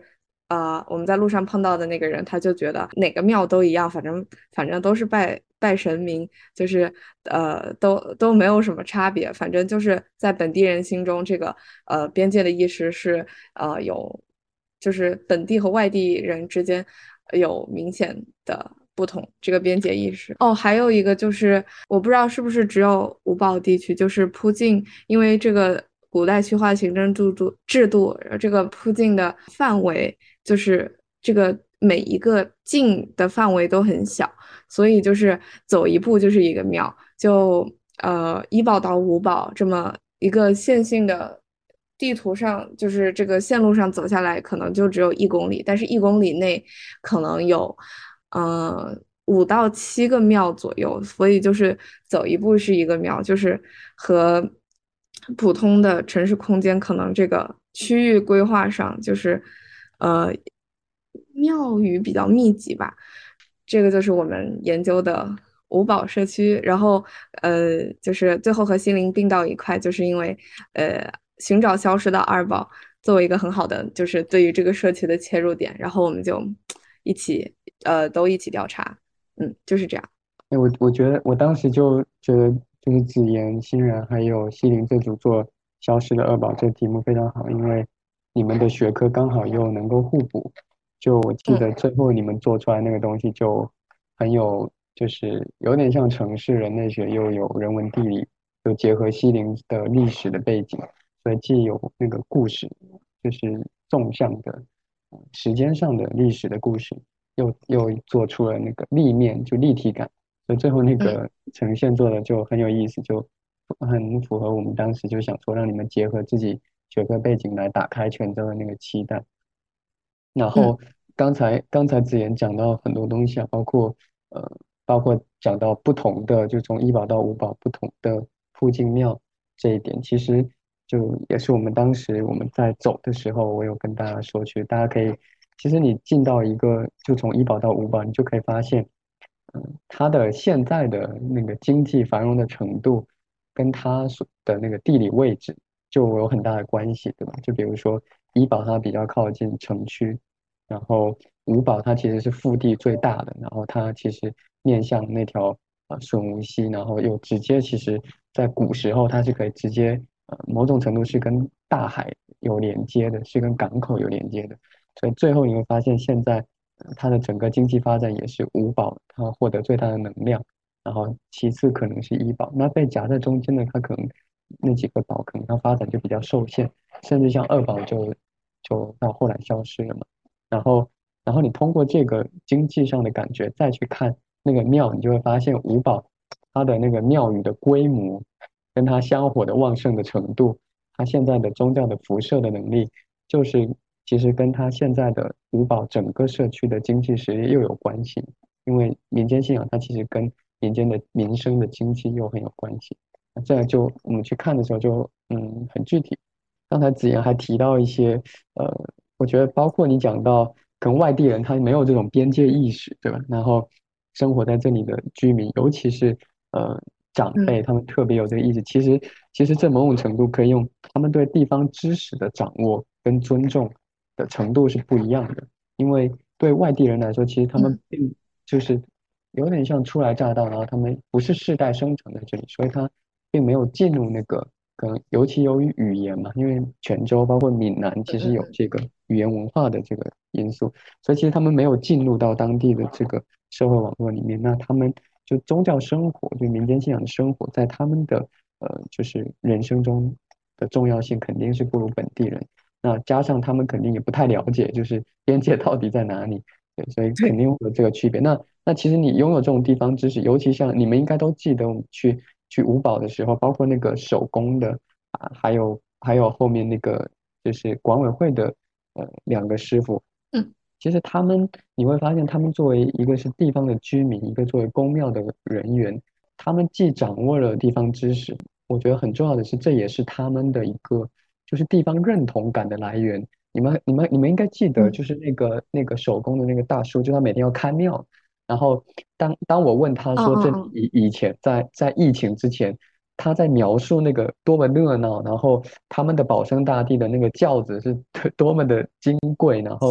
Speaker 2: 呃，我们在路上碰到的那个人，他就觉得哪个庙都一样，反正反正都是拜拜神明，就是呃都都没有什么差别，反正就是在本地人心中，这个呃边界的意识是呃有，就是本地和外地人之间有明显的不同，这个边界意识。哦，还有一个就是我不知道是不是只有五堡地区，就是铺境，因为这个古代区划行政制度制度，这个铺境的范围。就是这个每一个境的范围都很小，所以就是走一步就是一个庙，就呃一堡到五堡这么一个线性的地图上，就是这个线路上走下来，可能就只有一公里，但是一公里内可能有呃五到七个庙左右，所以就是走一步是一个庙，就是和普通的城市空间可能这个区域规划上就是呃庙宇比较密集吧，这个就是我们研究的五堡社区，然后呃就是最后和西陵并到一块，就是因为呃寻找消失的二堡作为一个很好的就是对于这个社区的切入点，然后我们就一起呃都一起调查，嗯，就是这样。
Speaker 3: 哎，我我觉得我当时就觉得，就是子妍、欣然还有西林这组做消失的二宝这个题目非常好，因为你们的学科刚好又能够互补。就我记得最后你们做出来那个东西就很有，就是有点像城市人类学，又有人文地理，又结合西林的历史的背景，所以既有那个故事，就是纵向的、呃时间上的历史的故事，又又做出了那个立面，就立体感。所以最后那个呈现做的就很有意思，就很符合我们当时就想说让你们结合自己学科背景来打开泉州的那个期待。然后刚才刚才子妍讲到很多东西啊，包括呃，包括讲到不同的，就从一堡到五堡不同的附近庙这一点，其实就也是我们当时我们在走的时候，我有跟大家说去，大家可以，其实你进到一个就从一堡到五堡，你就可以发现。嗯，它的现在的那个经济繁荣的程度，跟它所的那个地理位置就有很大的关系，对吧？就比如说怡保它比较靠近城区，然后五堡它其实是腹地最大的，然后它其实面向那条呃顺吴溪，然后又直接其实在古时候它是可以直接呃某种程度是跟大海有连接的，是跟港口有连接的，所以最后你会发现现在。它的整个经济发展也是五保它获得最大的能量，然后其次可能是医保，那被夹在中间的它可能那几个保可能它发展就比较受限，甚至像二保就就到后来消失了嘛。然后然后你通过这个经济上的感觉再去看那个庙，你就会发现五保它的那个庙宇的规模，跟它香火的旺盛的程度，它现在的宗教的辐射的能力，就是其实跟它现在的五堡整个社区的经济实力又有关系，因为民间信仰它其实跟民间的民生的经济又很有关系。那这样就我们去看的时候就嗯很具体。刚才子妍还提到一些呃，我觉得包括你讲到可能外地人他没有这种边界意识，对吧？然后生活在这里的居民，尤其是呃长辈，他们特别有这个意识。其实其实这某种程度可以用他们对地方知识的掌握跟尊重的程度是不一样的。因为对外地人来说，其实他们并就是有点像初来乍到，然后他们不是世代生长在这里，所以他并没有进入那个可能，尤其由于语言嘛，因为泉州包括闽南其实有这个语言文化的这个因素，所以其实他们没有进入到当地的这个社会网络里面。那他们就宗教生活，就民间信仰的生活，在他们的呃就是人生中的重要性肯定是不如本地人。那加上他们肯定也不太了解，就是边界到底在哪里，对，所以肯定会有这个区别。那那其实你拥有这种地方知识，尤其像你们应该都记得，我们去去五堡的时候，包括那个手工的啊，还有还有后面那个就是管委会的呃两个师傅，
Speaker 2: 嗯，
Speaker 3: 其实他们你会发现，他们作为一个是地方的居民，一个作为公庙的人员，他们既掌握了地方知识，我觉得很重要的是，这也是他们的一个就是地方认同感的来源。你们你们你们应该记得，就是那个那个手工的那个大叔，就他每天要看庙。然后当当我问他说这里以以前在在疫情之前，他在描述那个多么热闹，然后他们的保生大帝的那个轿子是多多么的金贵，然后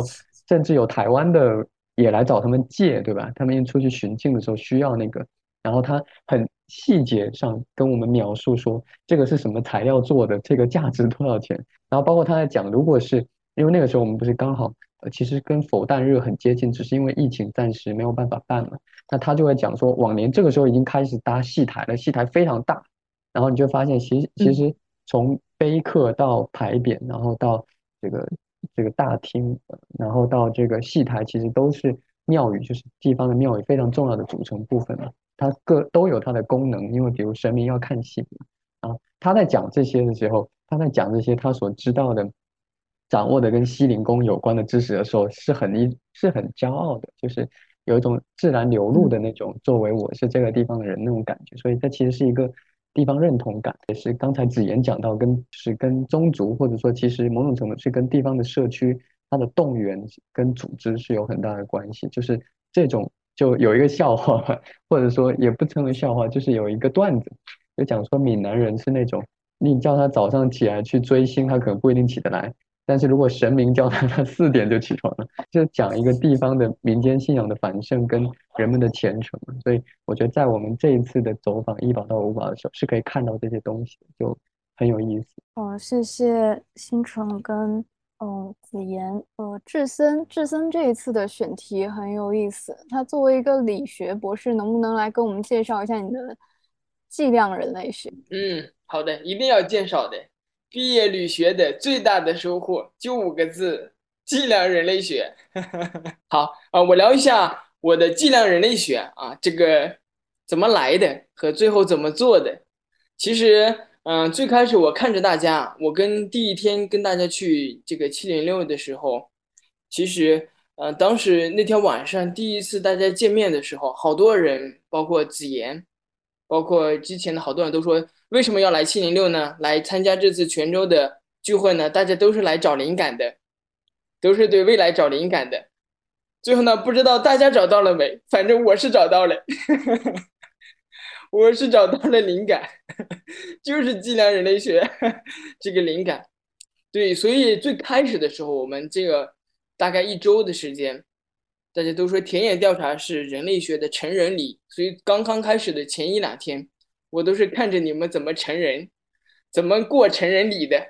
Speaker 3: 甚至有台湾的也来找他们借，对吧？他们出去巡境的时候需要那个，然后他很细节上跟我们描述说这个是什么材料做的，这个价值多少钱，然后包括他在讲，如果是因为那个时候我们不是刚好呃其实跟佛诞日很接近，只是因为疫情暂时没有办法办了，那他就会讲说往年这个时候已经开始搭戏台了，戏台非常大，然后你就发现其实其实从碑刻到牌匾，然后到这个这个大厅，呃然后到这个戏台，其实都是庙宇，就是地方的庙宇非常重要的组成部分嘛。它各都有它的功能，因为比如神明要看戏啊，他在讲这些的时候，他在讲这些他所知道的、掌握的跟西陵宫有关的知识的时候，是很一是很骄傲的，就是有一种自然流露的那种，作为我是这个地方的人那种感觉。所以这其实是一个地方认同感，也是刚才子言讲到跟是跟宗族或者说其实某种程度是跟地方的社区它的动员跟组织是有很大的关系。就是这种就有一个笑话，或者说也不称为笑话，就是有一个段子，就讲说闽南人是那种你叫他早上起来去追星，他可能不一定起得来。但是如果神明叫他，他四点就起床了，就讲一个地方的民间信仰的繁盛跟人们的虔诚。所以我觉得在我们这一次的走访一堡到五堡的时候，是可以看到这些东西的，就很有意思。
Speaker 4: 哦，谢谢星辰跟嗯子言，呃，智森，智森这一次的选题很有意思。他作为一个理学博士，能不能来跟我们介绍一下你的计量人类学？
Speaker 5: 嗯，好的，一定要介绍的。毕业旅学的最大的收获就五个字：计量人类学。好啊、呃，我聊一下我的计量人类学啊，这个怎么来的和最后怎么做的。其实，嗯、呃，最开始我看着大家，我跟第一天跟大家去这个七零六的时候，其实，呃，当时那天晚上第一次大家见面的时候，好多人，包括子言，包括之前的好多人都说，为什么要来七零六呢？来参加这次泉州的聚会呢？大家都是来找灵感的，都是对未来找灵感的。最后呢，不知道大家找到了没？反正我是找到了。我是找到了灵感，就是计量人类学这个灵感。对，所以最开始的时候，我们这个大概一周的时间，大家都说田野调查是人类学的成人礼，所以刚刚开始的前一两天，我都是看着你们怎么成人，怎么过成人礼的。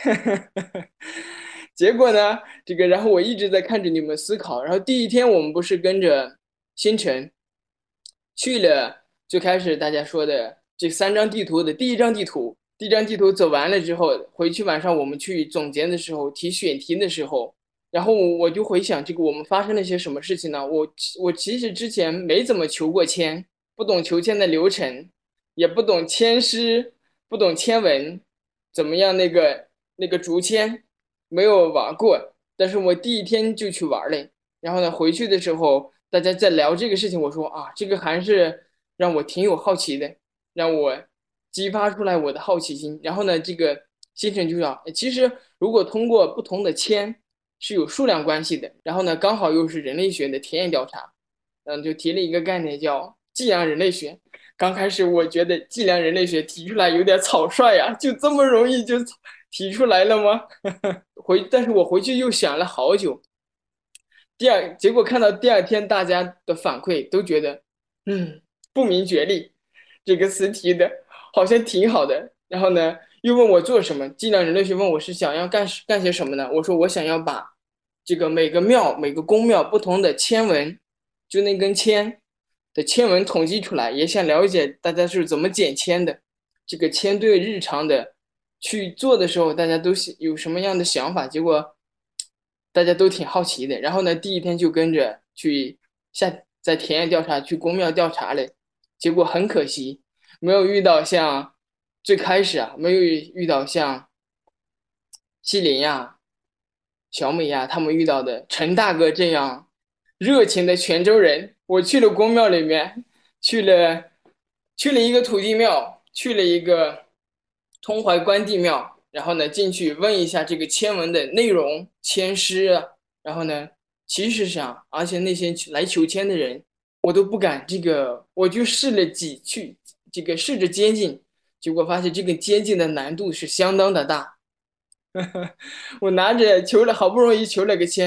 Speaker 5: 结果呢，这个然后我一直在看着你们思考。然后第一天我们不是跟着星辰去了最开始大家说的这三张地图的第一张地图，第一张地图走完了之后，回去晚上我们去总结的时候提选题的时候，然后我就回想这个我们发生了些什么事情呢？我我其实之前没怎么求过签，不懂求签的流程，也不懂签诗，不懂签文，怎么样那个那个竹签没有玩过，但是我第一天就去玩了。然后呢，回去的时候大家在聊这个事情，我说啊，这个还是让我挺有好奇的，让我激发出来我的好奇心。然后呢，这个星辰就要，其实如果通过不同的签是有数量关系的。然后呢，刚好又是人类学的田野调查，嗯，就提了一个概念叫计量人类学。刚开始我觉得计量人类学提出来有点草率呀，就这么容易就提出来了吗？回，但是我回去又想了好久。第二，结果看到第二天大家的反馈都觉得，嗯，不明觉厉，这个词提的好像挺好的。然后呢，又问我做什么，计量人类学问我是想要干干些什么呢？我说我想要把这个每个庙、每个宫庙不同的签文，就那根签的签文统计出来，也想了解大家是怎么捡签的，这个签对日常的去做的时候，大家都有什么样的想法？结果大家都挺好奇的。然后呢，第一天就跟着去下在田野调查，去宫庙调查了。结果很可惜，没有遇到像最开始啊，没有遇到像西林呀、小美呀他们遇到的陈大哥这样热情的泉州人。我去了宫庙里面，去了去了一个土地庙，去了一个通淮关帝庙，然后呢进去问一下这个签文的内容、签诗啊，然后呢，其实上，而且那些来求签的人，我都不敢这个，我就试了几去这个试着接近，结果发现这个接近的难度是相当的大。我拿着求了，好不容易求了个签，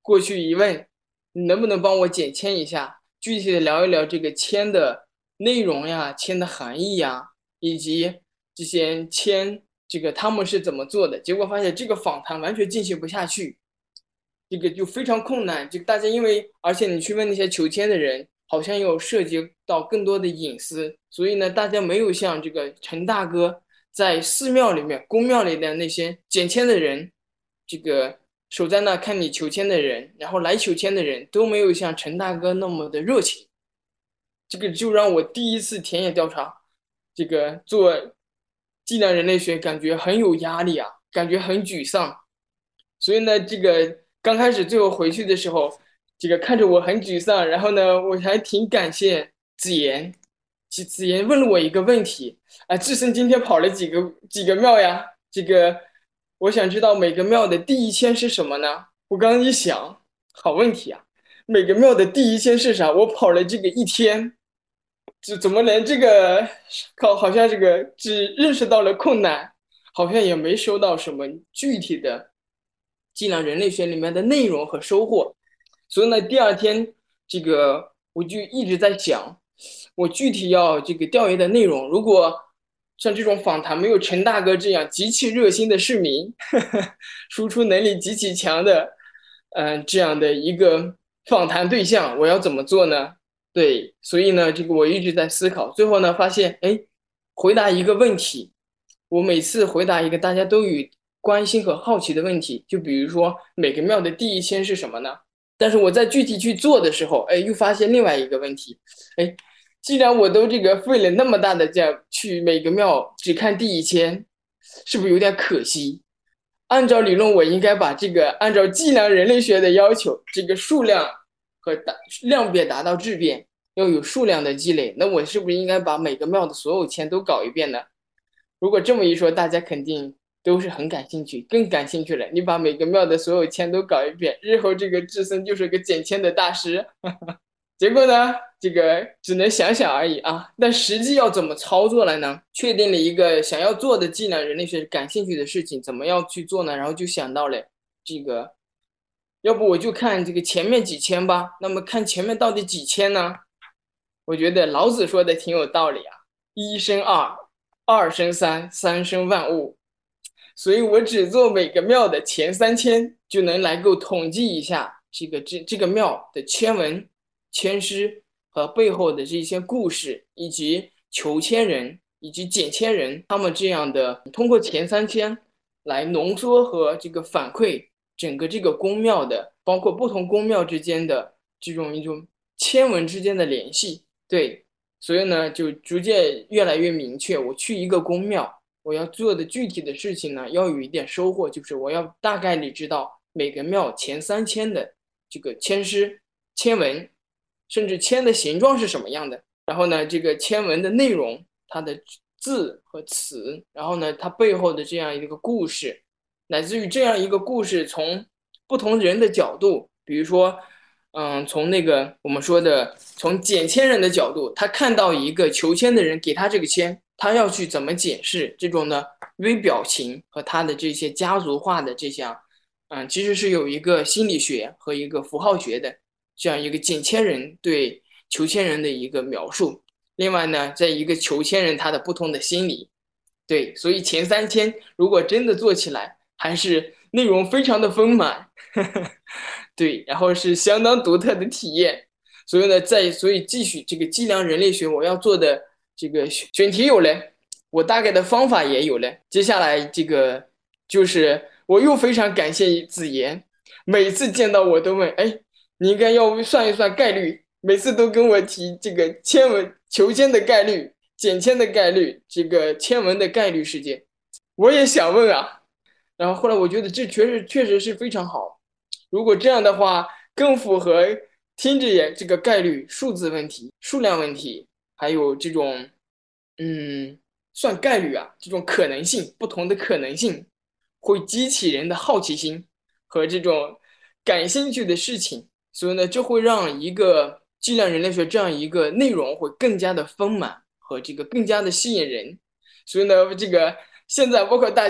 Speaker 5: 过去一问，你能不能帮我简签一下，具体的聊一聊这个签的内容呀，签的含义呀，以及这些签这个他们是怎么做的。结果发现这个访谈完全进行不下去，这个就非常困难。就大家因为而且你去问那些求签的人，好像有涉及到更多的隐私，所以呢，大家没有像这个陈大哥在寺庙里面、宫庙里的那些捡签的人，这个守在那看你求签的人，然后来求签的人都没有像陈大哥那么的热情。这个就让我第一次田野调查，这个做计量人类学感觉很有压力啊，感觉很沮丧。所以呢，这个刚开始最后回去的时候，这个看着我很沮丧，然后呢，我还挺感谢子言，子言问了我一个问题啊，智深今天跑了几个几个庙呀？这个我想知道每个庙的第一签是什么呢？我刚刚一想，好问题啊，每个庙的第一签是啥？我跑了这个一天，就怎么连这个靠好像这个只认识到了困难，好像也没收到什么具体的计量人类学里面的内容和收获。所以呢，第二天这个我就一直在想，我具体要这个调研的内容，如果像这种访谈没有陈大哥这样极其热心的市民，呵呵输出能力极其强的，嗯、呃，这样的一个访谈对象，我要怎么做呢？对，所以呢，这个我一直在思考，最后呢，发现，哎，回答一个问题，我每次回答一个大家都有关心和好奇的问题，就比如说每个庙的第一签是什么呢？但是我在具体去做的时候，哎，又发现另外一个问题，哎，既然我都这个费了那么大的劲去每个庙只看第一签，是不是有点可惜？按照理论，我应该把这个按照计量人类学的要求，这个数量和达量变达到质变，要有数量的积累。那我是不是应该把每个庙的所有签都搞一遍呢？如果这么一说，大家肯定都是很感兴趣，更感兴趣了。你把每个庙的所有签都搞一遍，日后这个智僧就是个捡签的大师。结果呢，这个只能想想而已啊。但实际要怎么操作了呢？确定了一个想要做的计量人类学感兴趣的事情，怎么样去做呢？然后就想到了这个，要不我就看这个前面几签吧。那么看前面到底几签呢？我觉得老子说的挺有道理啊，一生二，二生三，三生万物。所以我只做每个庙的前三签，就能来够统计一下这个这这个庙的签文、签诗和背后的这些故事，以及求签人以及捡签人他们这样的，通过前三签来浓缩和这个反馈整个这个宫庙的，包括不同宫庙之间的这种一种签文之间的联系。对，所以呢，就逐渐越来越明确，我去一个宫庙，我要做的具体的事情呢，要有一点收获，就是我要大概率知道每个庙前三签的这个签诗、签文，甚至签的形状是什么样的。然后呢，这个签文的内容，它的字和词，然后呢，它背后的这样一个故事，乃至于这样一个故事从不同人的角度，比如说。嗯，从那个我们说的，从捡签人的角度，他看到一个求签的人给他这个签，他要去怎么解释这种的微表情和他的这些家族化的这项，嗯，其实是有一个心理学和一个符号学的这样一个捡签人对求签人的一个描述。另外呢，在一个求签人他的不同的心理，对，所以前三签如果真的做起来，还是内容非常的丰满。呵呵对，然后是相当独特的体验，所以呢，在所以继续这个计量人类学，我要做的这个选题有了，我大概的方法也有了，接下来这个就是我又非常感谢子言，每次见到我都问，哎，你应该要算一算概率，每次都跟我提这个签文求签的概率、捡签的概率、这个签文的概率事件，我也想问啊，然后后来我觉得这确实确实是非常好。如果这样的话，更符合听着也这个概率、数字问题、数量问题，还有这种，嗯，算概率啊，这种可能性，不同的可能性，会激起人的好奇心和这种感兴趣的事情，所以呢，这会让一个计量人类学这样一个内容会更加的丰满和这个更加的吸引人。所以呢，这个现在包括大家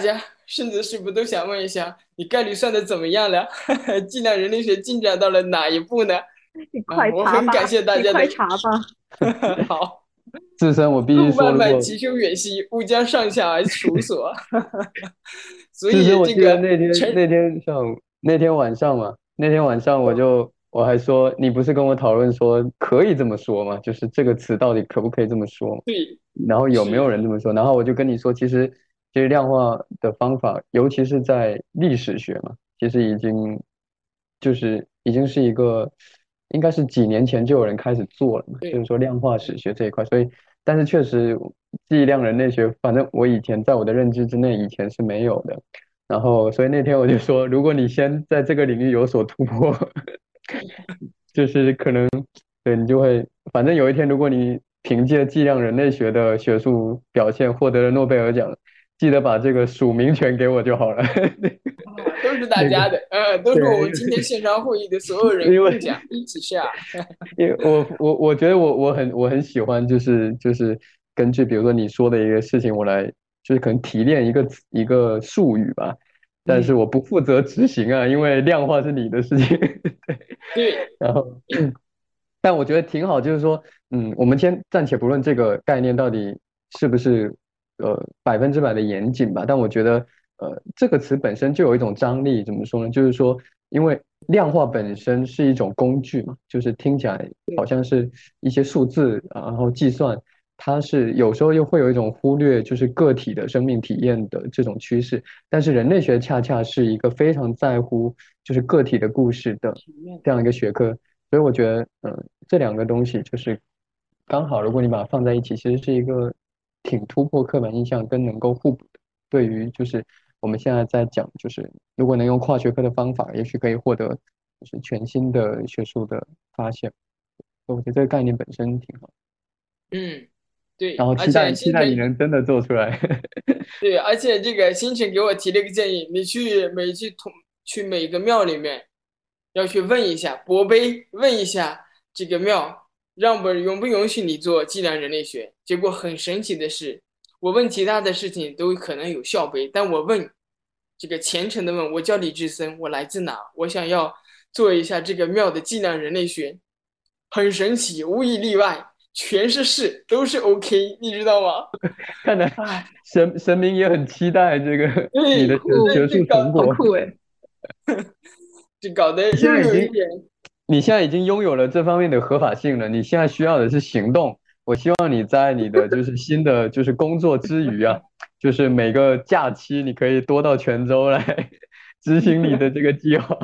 Speaker 5: 甚至是不都想问一下，你概率算的怎么样了？计量人类学进展到了哪一步呢？
Speaker 2: 你快
Speaker 5: 啊，我
Speaker 2: 查吧，
Speaker 5: 很感谢大
Speaker 2: 你
Speaker 5: 家的
Speaker 2: 快查吧。
Speaker 5: 好，
Speaker 3: 自身我必须
Speaker 5: 路
Speaker 3: 说，如果
Speaker 5: 漫漫其修远兮，吾将上下而求索。所
Speaker 3: 自身我记得
Speaker 5: 以这个
Speaker 3: 那天
Speaker 5: 成
Speaker 3: 那天上午那天晚上嘛，那天晚上我就我还说，你不是跟我讨论说可以这么说吗？就是这个词到底可不可以这么说？
Speaker 5: 对
Speaker 3: 然后有没有
Speaker 5: 是
Speaker 3: 人这么说？然后我就跟你说，其实其实量化的方法，尤其是在历史学嘛，其实已经就是已经是一个，应该是几年前就有人开始做了嘛，就
Speaker 5: 对
Speaker 3: 是说量化史学这一块。所以，但是确实计量人类学，反正我以前在我的认知之内，以前是没有的。然后，所以那天我就说，如果你先在这个领域有所突破，就是可能对你就会，反正有一天，如果你凭借计量人类学的学术表现获得了诺贝尔奖，记得把这个署名权给我就好了。
Speaker 5: 啊，都是大
Speaker 3: 那个
Speaker 5: 家的，呃，都是我们
Speaker 3: 对，
Speaker 5: 今天线上会议的所有人
Speaker 3: 因为
Speaker 5: 共享，一起 share。
Speaker 3: 因为我我我觉得我我很我很喜欢，就是就是根据比如说你说的一个事情，我来就是可能提炼一个词一个术语吧，但是
Speaker 5: 嗯，
Speaker 3: 我不负责执行啊，因为量化是你的事情。
Speaker 5: 对，
Speaker 3: 然后，但我觉得挺好，就是说，嗯，我们先暂且不论这个概念到底是不是呃百分之百的严谨吧，但我觉得呃这个词本身就有一种张力，怎么说呢？就是说，因为量化本身是一种工具嘛，就是听起来好像是一些数字，然后计算，它是有时候又会有一种忽略就是个体的生命体验的这种趋势，但是人类学恰恰是一个非常在乎就是个体的故事的
Speaker 5: 体验
Speaker 3: 这样一个学科。所以我觉得，嗯，这两个东西就是刚好，如果你把它放在一起，其实是一个挺突破刻板印象跟能够互补的。对于就是我们现在在讲，就是如果能用跨学科的方法，也许可以获得就是全新的学术的发现。所以我觉得这个概念本身挺好，
Speaker 5: 嗯，对，而
Speaker 3: 然后期待期待你
Speaker 5: 且星辰
Speaker 3: 能真的做出来。
Speaker 5: 对，而且这个星辰给我提了一个建议，你去每去同去每个庙里面，要去问一下博碑，问一下这个庙让不允不允许你做计量人类学。结果很神奇的是，我问其他的事情都可能有校碑，但我问这个虔诚的问，我叫李志森，我来自哪？我想要做一下这个庙的计量人类学，很神奇，无一例外，全是是，都是 OK，你知道吗？
Speaker 3: 看来
Speaker 5: 哎，
Speaker 3: 神神明也很期待这个你
Speaker 5: 对，
Speaker 3: 的学学术
Speaker 5: 这这搞
Speaker 2: 好
Speaker 3: 成果。
Speaker 2: 酷哎！
Speaker 5: 这搞得
Speaker 3: 你现
Speaker 5: 又
Speaker 3: 在已经，
Speaker 5: 有一点，
Speaker 3: 你现在已经拥有了这方面的合法性了，你现在需要的是行动。我希望你在你的就是新的就是工作之余啊，就是每个假期你可以多到泉州来执行你的这个计划。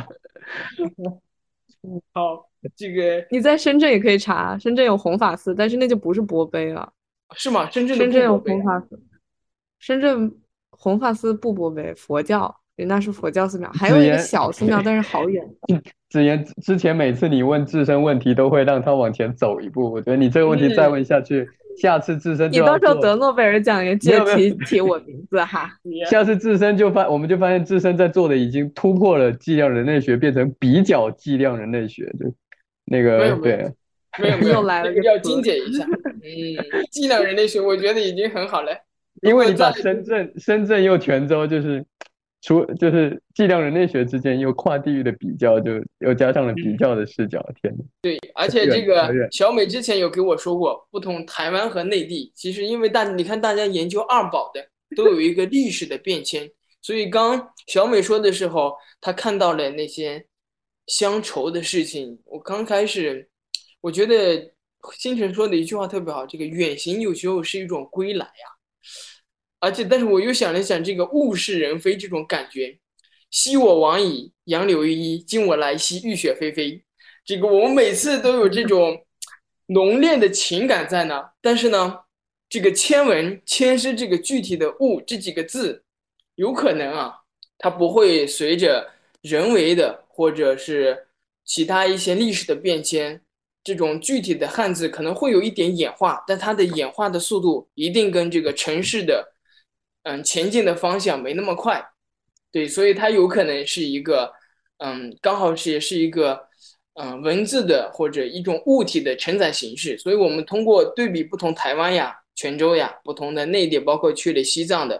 Speaker 5: 好，这个
Speaker 2: 你在深圳也可以查，深圳有弘法寺，但是那就不是博碑了。
Speaker 5: 是吗？深圳的
Speaker 2: 深圳有
Speaker 5: 不博碑啊，
Speaker 2: 弘法寺，深圳弘法寺不博碑，佛教，那是佛教寺庙，还有一个
Speaker 3: 子言，
Speaker 2: 小寺庙，但是好远。
Speaker 3: 子言之前每次你问自身问题都会让他往前走一步，我觉得你这个问题再
Speaker 5: 嗯，
Speaker 3: 问下去，下次自身
Speaker 2: 你到时候
Speaker 3: 就要做，
Speaker 2: 得诺贝尔奖也记得
Speaker 3: 没有没有，
Speaker 2: 提提我名字哈。
Speaker 5: 你
Speaker 3: 下次自身就发，我们就发现自身在做的已经突破了计量人类学，变成比较计量人类学，就那
Speaker 5: 没有没有
Speaker 3: 个对，
Speaker 5: 没有没有，
Speaker 2: 又来了个
Speaker 5: 这个要精
Speaker 2: 词，
Speaker 5: 简一下。嗯，计量人类学我觉得已经很好了。如果再
Speaker 3: 因为你把深圳、深圳又泉州，就是除就是计量人类学之间又跨地域的比较，就又加上了比较的视角，天哪，
Speaker 5: 对，而
Speaker 3: 扯远
Speaker 5: 且这个
Speaker 3: 扯远。
Speaker 5: 小美之前有给我说过，不同台湾和内地，其实因为大你看大家研究二宝的都有一个历史的变迁，所以刚小美说的时候，她看到了那些乡愁的事情。我刚开始，我觉得星辰说的一句话特别好，这个远行有时候是一种归来呀、而且，但是我又想了想，这个物是人非这种感觉，昔我往矣，杨柳依依；今我来兮，雨雪霏霏。这个我们每次都有这种浓烈的情感在呢，但是呢，这个签文、签诗这个具体的物这几个字，有可能啊，它不会随着人为的或者是其他一些历史的变迁，这种具体的汉字可能会有一点演化，但它的演化的速度一定跟这个城市的嗯前进的方向没那么快，对，所以它有可能是一个嗯刚好是也是一个嗯文字的或者一种物体的承载形式，所以我们通过对比不同台湾呀、泉州呀、不同的内地，包括去了西藏的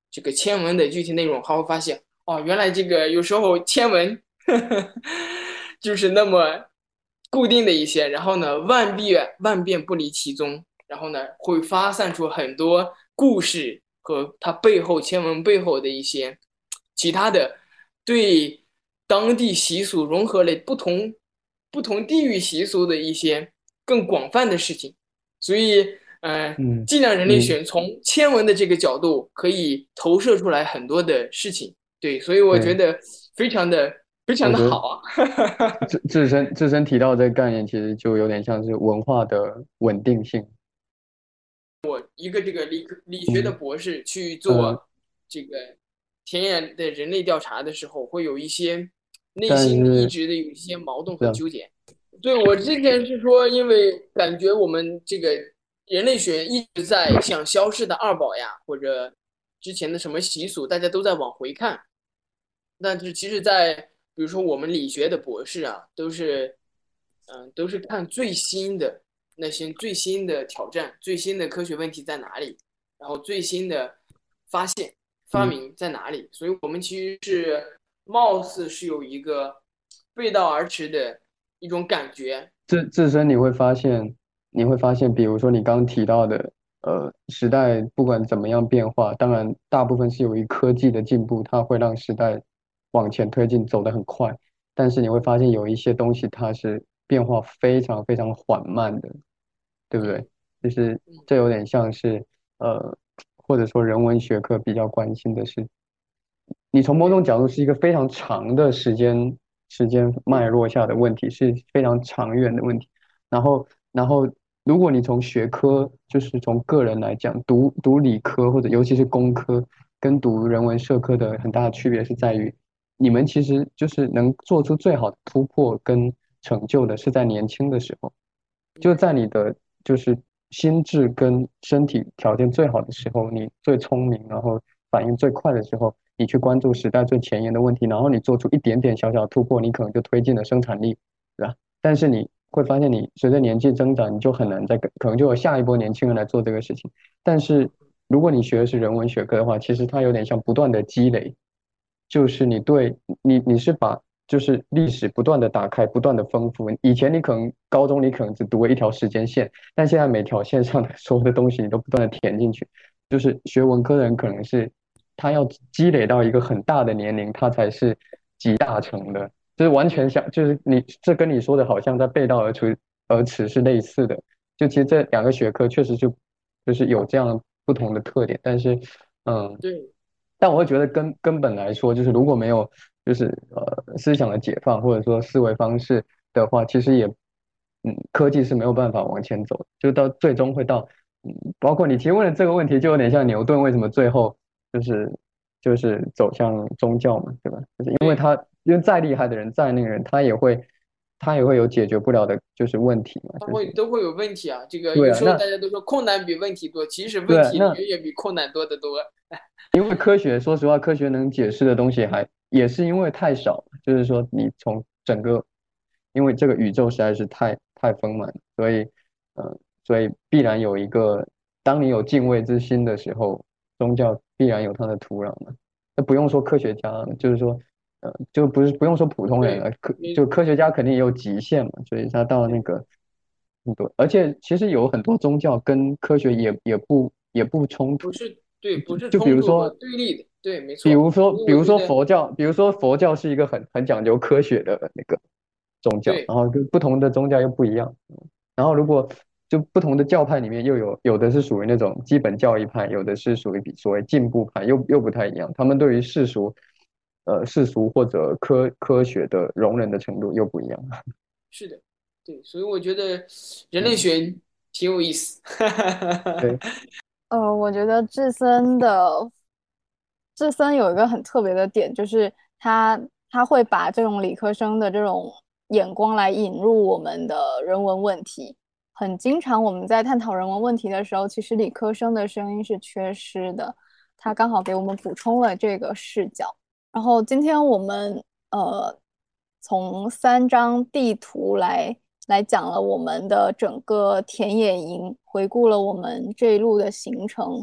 Speaker 5: 这个签文的具体内容，还会发现哦，原来这个有时候签文呵呵就是那么固定的一些，然后呢，万变万变不离其宗，然后呢，会发散出很多故事和它背后签文背后的一些其他的对当地习俗融合了不同不同地域习俗的一些更广泛的事情，所以。呃，
Speaker 3: 嗯，
Speaker 5: 计量人类
Speaker 3: 你
Speaker 5: 学从签文的这个角度可以投射出来很多的事情，对，所以我觉
Speaker 3: 对，
Speaker 5: 得非常的非常
Speaker 3: 我觉得
Speaker 5: 的好啊。
Speaker 3: 自自身自身提到这个概念，其实就有点像是文化的稳定性。
Speaker 5: 一个这个理科理学的
Speaker 3: 嗯
Speaker 5: 博士去
Speaker 3: 呃，
Speaker 5: 做这个田野的人类调查的时候，会有一些内
Speaker 3: 但
Speaker 5: 心一
Speaker 3: 是
Speaker 5: 直的有一些矛盾
Speaker 3: 这样，
Speaker 5: 和纠结。对，我之前是说，因为感觉我们这个人类学一直在像消失的二宝呀，或者之前的什么习俗，大家都在往回看。但是其实在，比如说我们理学的博士啊，都是，嗯、都是看最新的那些最新的挑战、最新的科学问题在哪里，然后最新的发现、发
Speaker 3: 嗯，
Speaker 5: 明在哪里。所以我们其实是貌似是有一个背道而驰的一种感觉。
Speaker 3: 自自身你会发现，你会发现，比如说你刚刚提到的，呃，时代不管怎么样变化，当然大部分是由于科技的进步，它会让时代往前推进，走得很快。但是你会发现有一些东西它是变化非常非常缓慢的，对不对？
Speaker 5: 嗯
Speaker 3: 就是
Speaker 5: 嗯，
Speaker 3: 这有点像是呃，或者说人文学科比较关心的是，你从某
Speaker 5: 对
Speaker 3: 种角度是一个非常长的时间时间脉
Speaker 5: 对
Speaker 3: 络下的问题，是非常长远的问题。然后，然后如果你从学科，就是从个人来讲，读读理科或者尤其是工科，跟读人文社科的很大的区别是在于，你们其实就是能做出最好的突破跟成就的是在年轻的时候。就在你的就是心智跟身体条件最好的时候，你最聪明，然后反应最快的时候，你去关注时代最前沿的问题，然后你做出一点点小小的突破，你可能就推进了生产力，对吧？但是你会发现，你随着年纪增长，你就很难再跟，可能就有下一波年轻人来做这个事情。但是如果你学的是人文学科的话，其实它有点像不断的积累，就是你对你你是把就是历史不断的打开，不断的丰富。以前你可能高中你可能只读了一条时间线，但现在每条线上的所有的东西你都不断的填进去。就是学文科的人可能是他要积累到一个很大的年龄，他才是集大成的。就是完全像，就是你这跟你说的好像在背道而驰而驰是类似的。就其实这两个学科确实就就是有这样不同的特点，但是嗯。
Speaker 5: 对
Speaker 3: 但我会觉得根根本来说，就是如果没有就是呃思想的解放或者说思维方式的话，其实也嗯科技是没有办法往前走的，就到最终会到嗯，包括你提问的这个问题，就有点像牛顿为什么最后就是就是走向宗教嘛，对吧？就是因为
Speaker 5: 对，
Speaker 3: 他因为再厉害的人，再那个人，他也会他也会有解决不了的就是问题嘛，
Speaker 5: 它
Speaker 3: 就是
Speaker 5: 会都会有问题啊。这个
Speaker 3: 对啊，
Speaker 5: 有时候
Speaker 3: 那
Speaker 5: 大家都说困难比问题多，其实问
Speaker 3: 对啊，
Speaker 5: 题
Speaker 3: 那
Speaker 5: 远远比困难多得多。
Speaker 3: 因为科学，说实话，科学能解释的东西还也是因为太少，就是说你从整个，因为这个宇宙实在是太太丰满，所以，呃，所以必然有一个，当你有敬畏之心的时候，宗教必然有它的土壤嘛。那不用说科学家，就是说，呃，就不是不用说普通人了，
Speaker 5: 对，
Speaker 3: 科
Speaker 5: 你
Speaker 3: 就科学家肯定也有极限嘛，所以他到那个很多，而且其实有很多宗教跟科学也也不也不冲突。
Speaker 5: 不是对，不是
Speaker 3: 就比
Speaker 5: 冲突和
Speaker 3: 如说，
Speaker 5: 对立的，对，没错。
Speaker 3: 比如说，
Speaker 5: 所以
Speaker 3: 比如说
Speaker 5: 我觉得，
Speaker 3: 佛教，比如说佛教是一个很很讲究科学的那个宗教，
Speaker 5: 对
Speaker 3: 然后跟不同的宗教又不一样。然后如果就不同的教派里面又有有的是属于那种基本教义派，有的是属于比所谓进步派，又又不太一样。他们对于世俗呃世俗或者科科学的容忍的程度又不一样。
Speaker 5: 是的，对，所以我觉得人类
Speaker 3: 嗯，
Speaker 5: 学挺有意思。
Speaker 3: 对，
Speaker 4: 呃，我觉得智森的智森有一个很特别的点，就是他他会把这种理科生的这种眼光来引入我们的人文问题。很经常我们在探讨人文问题的时候，其实理科生的声音是缺失的，他刚好给我们补充了这个视角。然后今天我们呃从三张地图来来讲了我们的整个田野营，回顾了我们这一路的行程，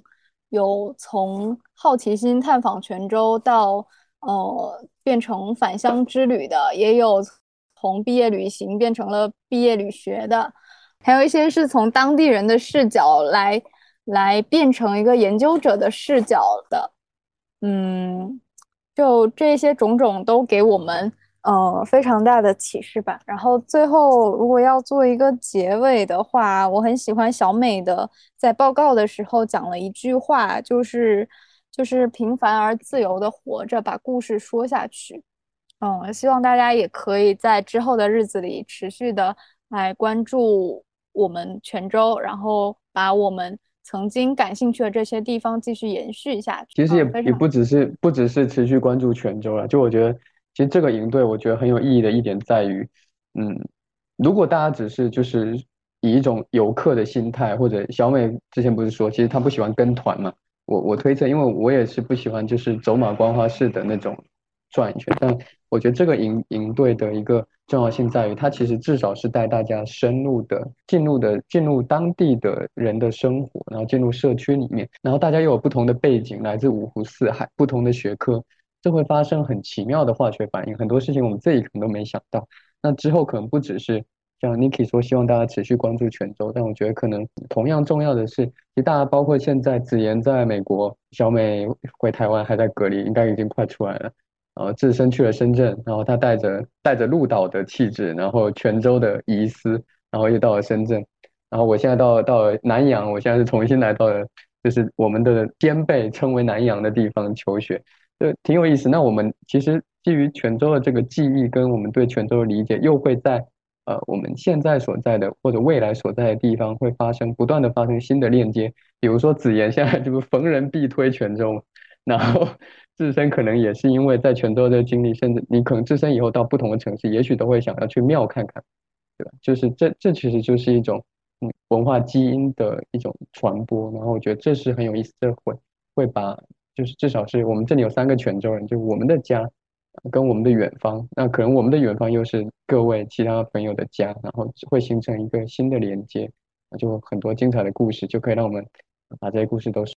Speaker 4: 有从好奇心探访泉州到呃变成返乡之旅的，也有从毕业旅行变成了毕业旅学的，还有一些是从当地人的视角来来变成一个研究者的视角的。嗯，就这些种种都给我们呃非常大的启示吧。然后最后如果要做一个结尾的话，我很喜欢小美的在报告的时候讲了一句话，就是就是平凡而自由的活着，把故事说下去。嗯，希望大家也可以在之后的日子里持续的来关注我们泉州，然后把我们曾经感兴趣的这些地方继续延续下去。
Speaker 3: 其实
Speaker 4: 嗯，非常
Speaker 3: 也也不只是不只是持续关注泉州了，就我觉得，其实这个营队我觉得很有意义的一点在于，嗯，如果大家只是就是以一种游客的心态，或者小美之前不是说，其实她不喜欢跟团嘛，我我推测，因为我也是不喜欢就是走马观花式的那种转一圈，但我觉得这个营营队的一个重要性在于，它其实至少是带大家深入的进入的进入当地的人的生活，然后进入社区里面，然后大家又有不同的背景，来自五湖四海，不同的学科，这会发生很奇妙的化学反应，很多事情我们自己可能都没想到。那之后可能不只是像 Niki 说，希望大家持续关注泉州，但我觉得可能同样重要的是，其实大家包括现在子妍在美国，小美回台湾还在隔离，应该已经快出来了。呃，自身去了深圳，然后他带着带着鹿岛的气质，然后泉州的疑思，然后又到了深圳，然后我现在到到了南洋，我现在是重新来到了就是我们的先辈称为南洋的地方求学，就挺有意思。那我们其实基于泉州的这个记忆跟我们对泉州的理解，又会在呃我们现在所在的或者未来所在的地方会发生不断的发生新的链接，比如说子妍现在就是逢人必推泉州。然后自身可能也是因为在泉州的经历，甚至你可能自身以后到不同的城市，也许都会想要去庙看看，对吧？就是这这其实就是一种嗯文化基因的一种传播，然后我觉得这是很有意思，这会会把就是至少是我们这里有三个泉州人，就我们的家跟我们的远方，那可能我们的远方又是各位其他朋友的家，然后会形成一个新的连接，就很多精彩的故事，就可以让我们把这些故事都。